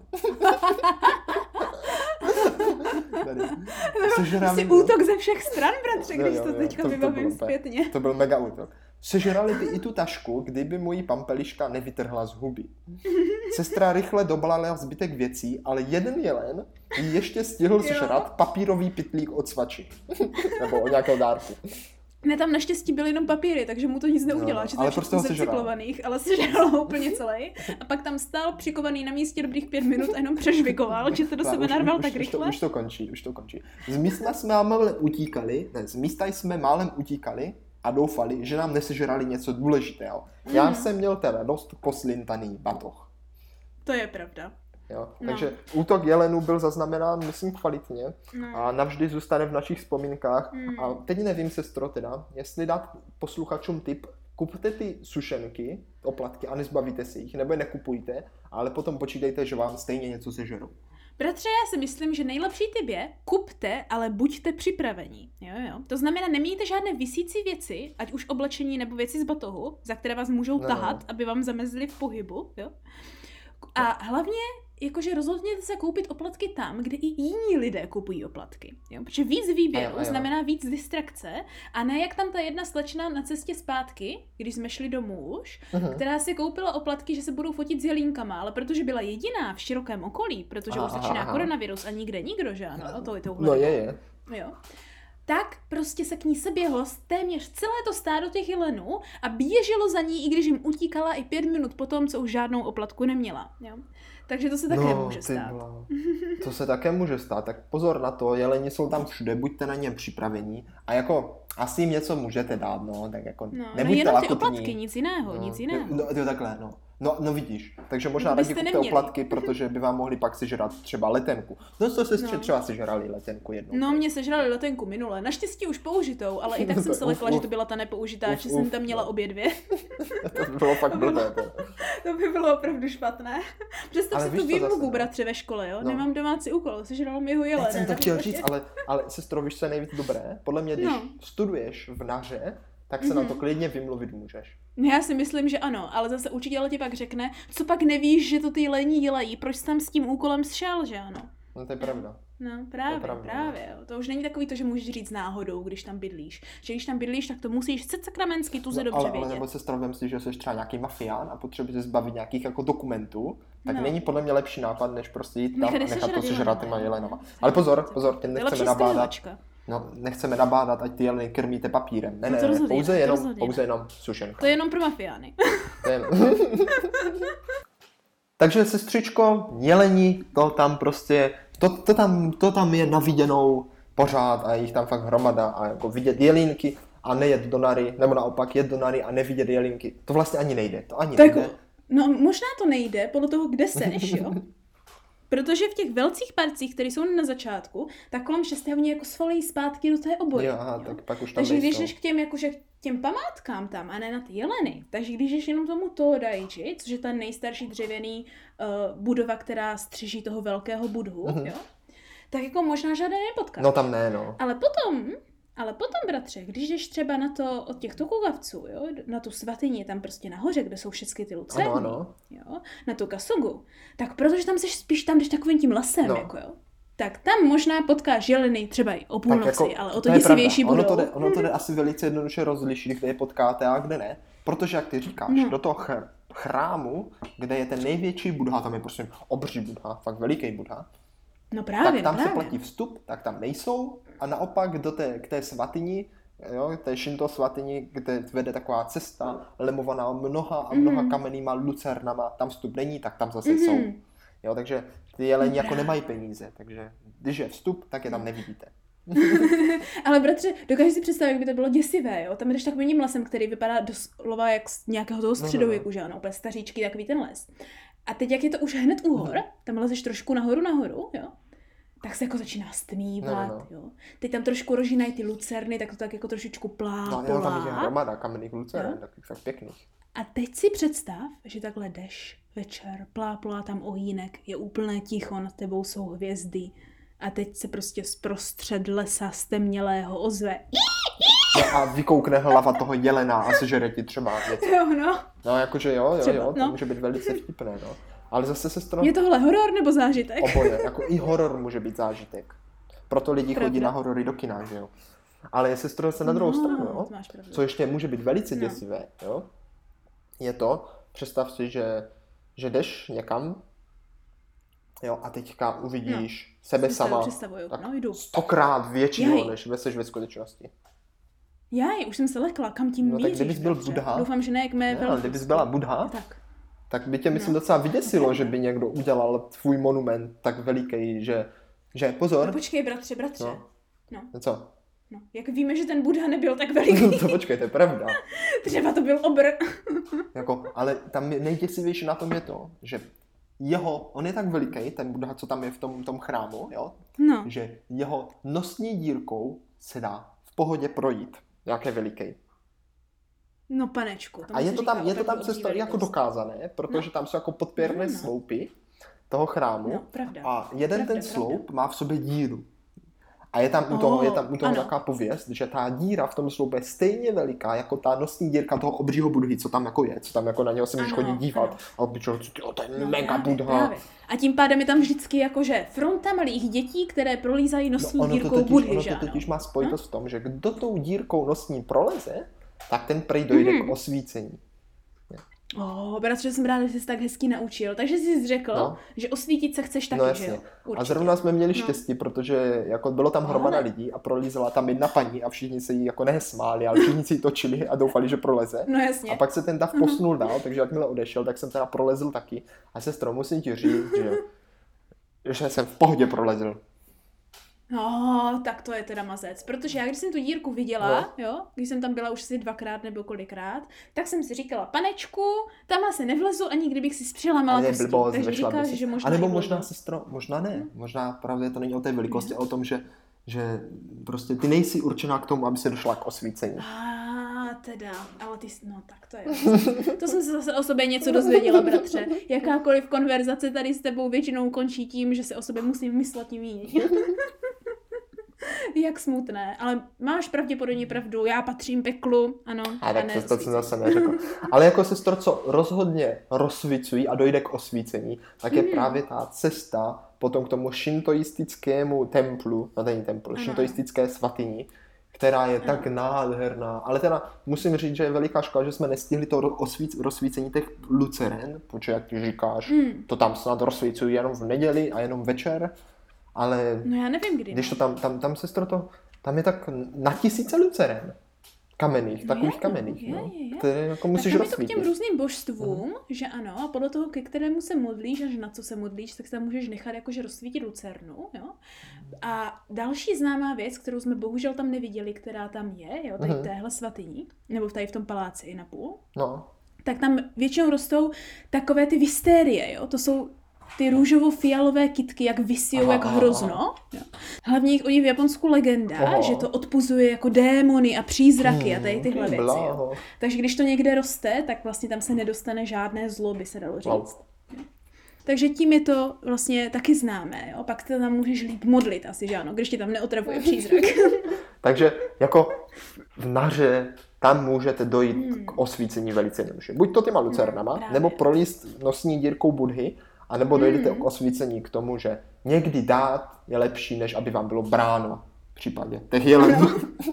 Sežrali, jsi útok ze všech stran, bratře, když jo, jo, to teďka to, vybavím to zpětně. To byl mega útok. Sežrali by i tu tašku, kdyby mojí pampeliška nevytrhla z huby. Sestra rychle dobalala zbytek věcí, ale jeden jelen jí ještě stihl sežrat papírový pytlík od svači. Nebo od nějakého dárku. Ne, tam naštěstí byly jenom papíry, takže mu to nic neudělalo, no, že to je všechno ze cyklovaných, ale sežral ho úplně celý. A pak tam stál přikovaný na místě dobrých pět minut a jenom přežvikoval, že to do sebe narval tak už, rychle. Už to, už to končí, už to končí. Z místa jsme málem utíkali, ne, z místa jsme málem utíkali a doufali, že nám nesežrali něco důležitého. Mm. Já jsem měl teda dost poslintaný batoh. To je pravda. Jo? No. Takže útok jelenů byl zaznamenán, myslím, kvalitně no. a navždy zůstane v našich vzpomínkách. Mm. A teď nevím, sestro, teda, jestli dát posluchačům tip, kupte ty sušenky, oplatky a nezbavíte si jich, nebo je nekupujte, ale potom počítejte, že vám stejně něco sežerou. Bratře, já si myslím, že nejlepší tip je, kupte, ale buďte připravení. Jo, jo. To znamená, nemějte žádné visící věci, ať už oblečení nebo věci z batohu, za které vás můžou no. tahat, aby vám zamezili v pohybu. Jo. A hlavně, jakože rozhodněte se koupit oplatky tam, kde i jiní lidé kupují oplatky. Jo? Protože víc výběru a jo, a jo. znamená víc distrakce a ne jak tam ta jedna slečna na cestě zpátky, když jsme šli domů už, uh-huh. která si koupila oplatky, že se budou fotit s jelínkama, ale protože byla jediná v širokém okolí, protože aha, už začíná aha. koronavirus a nikde nikdo, že ano, to je touhle. No je, je. Jo. Tak prostě se k ní seběhlo téměř celé to stádo těch jelenů a běželo za ní, i když jim utíkala i pět minut potom, co už žádnou oplatku neměla. Jo? Takže to se také no, může stát. Byla. To se také může stát, tak pozor na to, jeleni jsou tam všude, buďte na ně připravení a jako asi jim něco můžete dát, no, tak jako no, nebuďte no jenom lakotní. ty oplatky, nic jiného, no, nic jiného. No, no takhle, no. No, no vidíš, takže možná no, raději kupte oplatky, protože by vám mohli pak sežrat třeba letenku. No to se no. třeba sežrali letenku jednou. No mě sežrali letenku minule, naštěstí už použitou, ale i tak jsem se lekla, že to byla ta nepoužitá, uf, že uf, jsem tam měla obě dvě. To by bylo fakt blbé. To. to by bylo opravdu špatné. Představ ale si tu výmluvu, bratře, ve škole, jo? No. Nemám domácí úkol, sežral mi ho jelen. Já jsem to chtěl říct, ale, ale sestro, víš, co je nejvíc dobré? Podle mě, když no. studuješ v naře, tak se mm-hmm. na to klidně vymluvit můžeš. Já si myslím, že ano, ale zase učitel ti pak řekne, co pak nevíš, že to ty jelení dělají, proč jsi tam s tím úkolem šel, že ano? No to je pravda. No právě, pravda, právě. Jo. To už není takový to, že můžeš říct náhodou, když tam bydlíš. Že když tam bydlíš, tak to musíš se sakramensky tuze no, dobře ale, vědět. Ale nebo se stravím si, že jsi třeba nějaký mafián a potřebuješ se zbavit nějakých jako dokumentů, tak no. není podle mě lepší nápad, než prostě jít tam a nechat to sežrat těma jelenama. Ale pozor, pozor, tě nechceme nabádat. No, nechceme nabádat, ať ty jeleny krmíte papírem. Ne, no ne, rozhodně, pouze, jenom, pouze jenom sušenka. To je jenom pro mafiány. To je jenom... Takže sestřičko, jelení, to tam prostě, to, to, tam, to tam je naviděnou pořád a jich tam fakt hromada a jako vidět jelínky a nejet do nary, nebo naopak jet do nary a nevidět jelínky. To vlastně ani nejde, to ani tak, nejde. No možná to nejde, podle toho, kde seš, jo? Protože v těch velcích parcích, které jsou na začátku, tak kolem šesté oni jako svalí zpátky do té obory. Jo, aha, jo? tak pak už tam takže nejsou. když jdeš k těm, jakože těm památkám tam a ne na ty jeleny, takže když jdeš jenom tomu Todaichi, což je ta nejstarší dřevěný uh, budova, která střeží toho velkého budhu, mm-hmm. jo? Tak jako možná žádné nepotkáš. No tam ne, no. Ale potom... Ale potom, bratře, když jdeš třeba na to od těch Tokugavců, jo, na tu svatyni tam prostě nahoře, kde jsou všechny ty lucerny, ano, ano. Jo, na tu Kasugu, tak protože tam jsi spíš tam jdeš takovým tím lesem, no. jako jo, tak tam možná potkáš jeleny třeba i o půlnoci, jako, ale o to, to děsivější budou. Ono to, jde, ono to jde asi velice jednoduše rozlišit, kde je potkáte a kde ne, protože jak ty říkáš, no. do toho ch- chrámu, kde je ten největší Buddha, tam je prostě obří Buddha, fakt veliký Buddha, no právě, tak tam právě. se platí vstup, tak tam nejsou a naopak do té, k té svatyni, jo, té Shinto svatyni, kde vede taková cesta lemovaná mnoha a mnoha mm-hmm. kamennýma lucernama, tam vstup není, tak tam zase mm-hmm. jsou. Jo, takže ty jeleni jako nemají peníze, takže když je vstup, tak je tam nevidíte. Ale bratře, dokážeš si představit, jak by to bylo děsivé, jo? Tam jdeš takovým lesem, který vypadá doslova jak z nějakého toho středověku, no, no, no. že ano, úplně staříčky, takový ten les. A teď, jak je to už hned u hor, tam lezeš trošku nahoru nahoru, jo? Tak se jako začíná stmívat, no, no. jo. Teď tam trošku rožínají ty lucerny, tak to tak jako trošičku plá, No, plá. jo, tam je hromada kamenných lucern, takových fakt pěkných. A teď si představ, že takhle jdeš večer, pláplá tam ohýnek, je úplné ticho, nad tebou jsou hvězdy a teď se prostě zprostřed lesa stemnělého ozve. No a vykoukne hlava toho jelena a sežere ti třeba něco. Jo, no. No jakože jo, jo, Třeba, jo, to no. může být velice vtipné, no. Ale zase se stranu Je tohle horor nebo zážitek? oboje, jako i horor může být zážitek. Proto lidi Pravda. chodí na horory do kina, že jo. Ale je sestro se na druhou No, stranu, jo. to máš pravdu. Co ještě může být velice No. děsivé, jo. Je to, představ si, že, že jdeš někam, jo, a teďka uvidíš sebe Si to sama představuju. tak No, jdu. stokrát většího, Jej. než seš ve skutečnosti. Jaj, už jsem se lekla, kam tím No tak míříš? kdybys byl bratře? Buddha- Doufám, že ne jak mé Ne, ale velikosti. kdybys byla Buddha, Tak. tak by tě, myslím, No. docela vyděsilo, že by někdo udělal tvůj monument tak veliký, že, že pozor, No počkej, bratře, bratře. No. No. no co? No. Jak víme, že ten Buddha nebyl tak veliký? To počkej, to je pravda. Třeba to byl obr. Jako, ale tam je- nejděsivější na tom je to, že jeho, on je tak veliký, ten Buddha, co tam je v tom, tom chrámu, jo, No. že jeho nosní dírkou se dá v pohodě projít, jak je veliký. No panečku. A je se to říká tam, je to opravdu tam obří cesto, jako velikost. dokázané, protože tam jsou jako podpěrné No, no. sloupy toho chrámu No, pravda. a jeden Pravda, ten pravda. sloup má v sobě díru. A je tam u Oh, toho, je tam u toho ano. taková pověst, že ta díra v tom sloupu je stejně veliká jako ta nosní dírka toho obřího Budhy, co tam jako je, co tam jako na něho se můžeš Ano, chodit dívat. ano. A obyčejně, jo, to je No, mega právě, Buddha. právě. A tím pádem je tam vždycky jakože fronta malých dětí, které prolízají nosní No, ono to dírkou totiž, Budhy, ono že to ano? totiž má spojitost v tom, že kdo tou dírkou nosní proleze, tak ten prej dojde Mhm. k osvícení. Oh, bratře, jsem ráda, že jsi se tak hezky naučil. Takže jsi řekl, No. že osvítit se chceš taky, No že jasně. jo? Určitě. A zrovna jsme měli No. štěstí, protože jako bylo tam hromada Ale- lidí a prolízela tam jedna paní a všichni se jí jako nesmáli, ale všichni si ji točili a doufali, že proleze. No jasně. A pak se ten dav posunul dál, takže jakmile odešel, tak jsem teda prolezl taky. A sestro, musím ti říct, že, že jsem v pohodě prolezl. No, tak to je teda mazec, protože já když jsem tu dírku viděla, no. jo, když jsem tam byla už asi dvakrát nebo kolikrát, tak jsem si říkala, panečku, tam asi nevlezu, ani kdybych si spřelamala Ale je kosti. blbost, Takže vešla by říkáš, si. že možná A nebo i možná, vlezu. sestro, možná ne. Možná právě to není o té velikosti, ale o tom, že, že prostě ty nejsi určená k tomu, aby se došla k osvícení. A teda, ale ty, no tak to je. To jsem se zase o sobě něco dozvěděla, bratře. Jakákoliv konverzace tady s tebou většinou končí tím, že se o sobě musím myslet tím míň. Jak smutné, ale máš pravděpodobně pravdu, já patřím peklu, ano. A tak ne to, to jsem osvícení. zase neřekl. Ale jako sestro, co rozhodně rozsvicují a dojde k osvícení, tak je Mhm. právě ta cesta potom k tomu šintoistickému templu, no není templu, Ano. šintoistické svatyni, která je Ano. tak nádherná. Ale teda musím říct, že je veliká škoda, že jsme nestihli to osvíc, rozsvícení těch luceren, protože jak ty říkáš, Hmm. to tam snad rozsvícují jenom v neděli a jenom večer, ale No já nevím kdy. když to no. tam, tam, tam sestro, to, tam je tak na tisíce luceren. Kamenných, No takových je, kamenných, je, no, je, je. které jako Tak musíš tam je to k těm rozsvítit. různým božstvům, že ano, a podle toho, ke kterému se modlíš, až na co se modlíš, tak se tam můžeš nechat jakože rozsvítit lucernu, jo. A další známá věc, kterou jsme bohužel tam neviděli, která tam je, jo, tady v Mhm. téhle svatyni, nebo tady v tom paláci i napůl, No, tak tam většinou rostou takové ty vystérie, jo, to jsou ty růžovo-fialové kytky, jak visijou, Aha, jak aha, hrozno. Jo. Hlavně jich o nich v Japonsku legenda, Aha. že to odpuzuje jako démony a přízraky a tady tyhle Hmm, věci. Jo. bláho. Takže když to někde roste, tak vlastně tam se nedostane žádné zlo, by se dalo říct. No. Takže tím je to vlastně taky známé, jo. Pak se tam můžeš líp modlit asi, že ano, když ti tam neotravuje přízrak. Takže jako v Naře tam můžete dojít Hmm. k osvícení velice jednoduše. Buď to těma lucernama, právě. nebo prolíst nosní dírkou Budhy, anebo dojdete Hmm. k osvícení k tomu, že někdy dát je lepší, než aby vám bylo bráno v případě těch jelenů.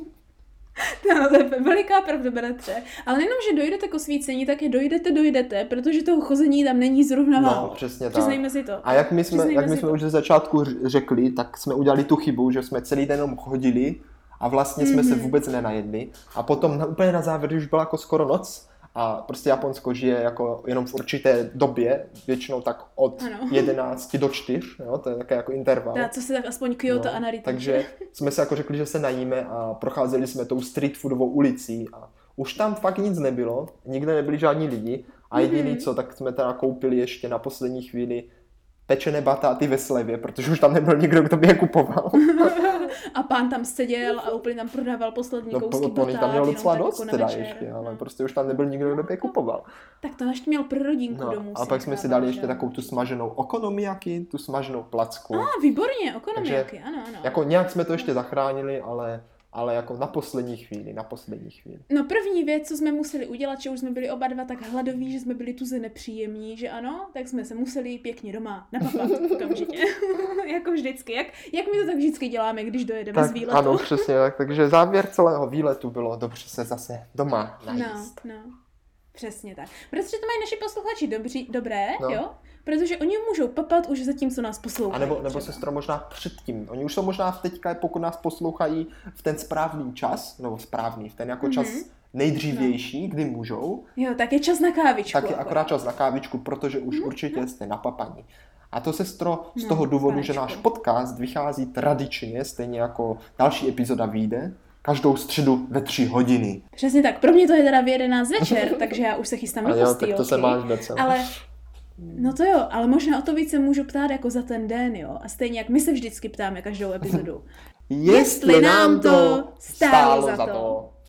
No, to je veliká pravda, bratře. Ale nejenom, že dojdete k osvícení, tak je dojdete, dojdete, protože toho chození tam není zrovna No, málo. přesně tak. Přiznejme si to. A jak my jsme, Přiznejme jak my si jsme to. už ze začátku ř- řekli, tak jsme udělali tu chybu, že jsme celý den jenom chodili a vlastně jsme se Mhm. vůbec nenajedli. A potom na, úplně na závěr, když už byla jako skoro noc a prostě Japonsko žije jako jenom v určité době, většinou tak od Ano. jedenácti do čtyř, jo, to je také jako interval. Dá, co se tak aspoň Kyoto No, a Narita. takže jsme si jako řekli, že se najíme a procházeli jsme tou street foodovou ulicí a už tam fakt nic nebylo, nikde nebyli žádní lidi a jediný Mhm. co, tak jsme teda koupili ještě na poslední chvíli pečené batáty ve slevě, protože už tam nebyl nikdo, kdo by je kupoval. A pán tam seděl a úplně tam prodával poslední no, kousky batát. No, tam měl docela dost jako teda ještě, ale no. prostě už tam nebyl nikdo, kdo by je kupoval. Tak to ještě měl pro rodinku no, domů. A pak jsme si dali ještě takovou tu smaženou okonomiaki, tu smaženou placku. A, ah, výborně, okonomiaki, ano, ano. Jako nějak jsme to ještě zachránili, ale... ale jako na poslední chvíli, na poslední chvíli. No první věc, co jsme museli udělat, že už jsme byli oba dva tak hladoví, že jsme byli tuze nepříjemní, že ano, tak jsme se museli pěkně doma napapat okamžitě. Jako vždycky. Jak, jak my to tak vždycky děláme, když dojedeme tak, z výletu. Ano, přesně tak. Takže závěr celého výletu bylo dobře se zase doma najíst. No, no. Přesně tak. Protože to mají naši posluchači dobří, dobré, no. jo? Protože oni můžou papat už zatímco nás poslouchají. A nebo, nebo sestro možná předtím. Oni už jsou možná teďka, pokud nás poslouchají v ten správný čas, nebo správný, v ten jako mm-hmm. čas nejdřívější, no. kdy můžou. Jo, tak je čas na kávičku. Tak je akorát čas na kávičku, protože už mm-hmm. určitě jste napapaní. A to, sestro, z toho no, důvodu, panečku. Že náš podcast vychází tradičně, stejně jako další epizoda vyjde, každou středu ve tři hodiny. Přesně tak. Pro mě to je teda v jedenáct večer, takže já už se chystám na postýlky. Tak to se máš decel. Ale, no to jo, ale možná o to víc se můžu ptát jako za ten den, jo. A stejně jak my se vždycky ptáme každou epizodu. Jestli nám to stálo za to.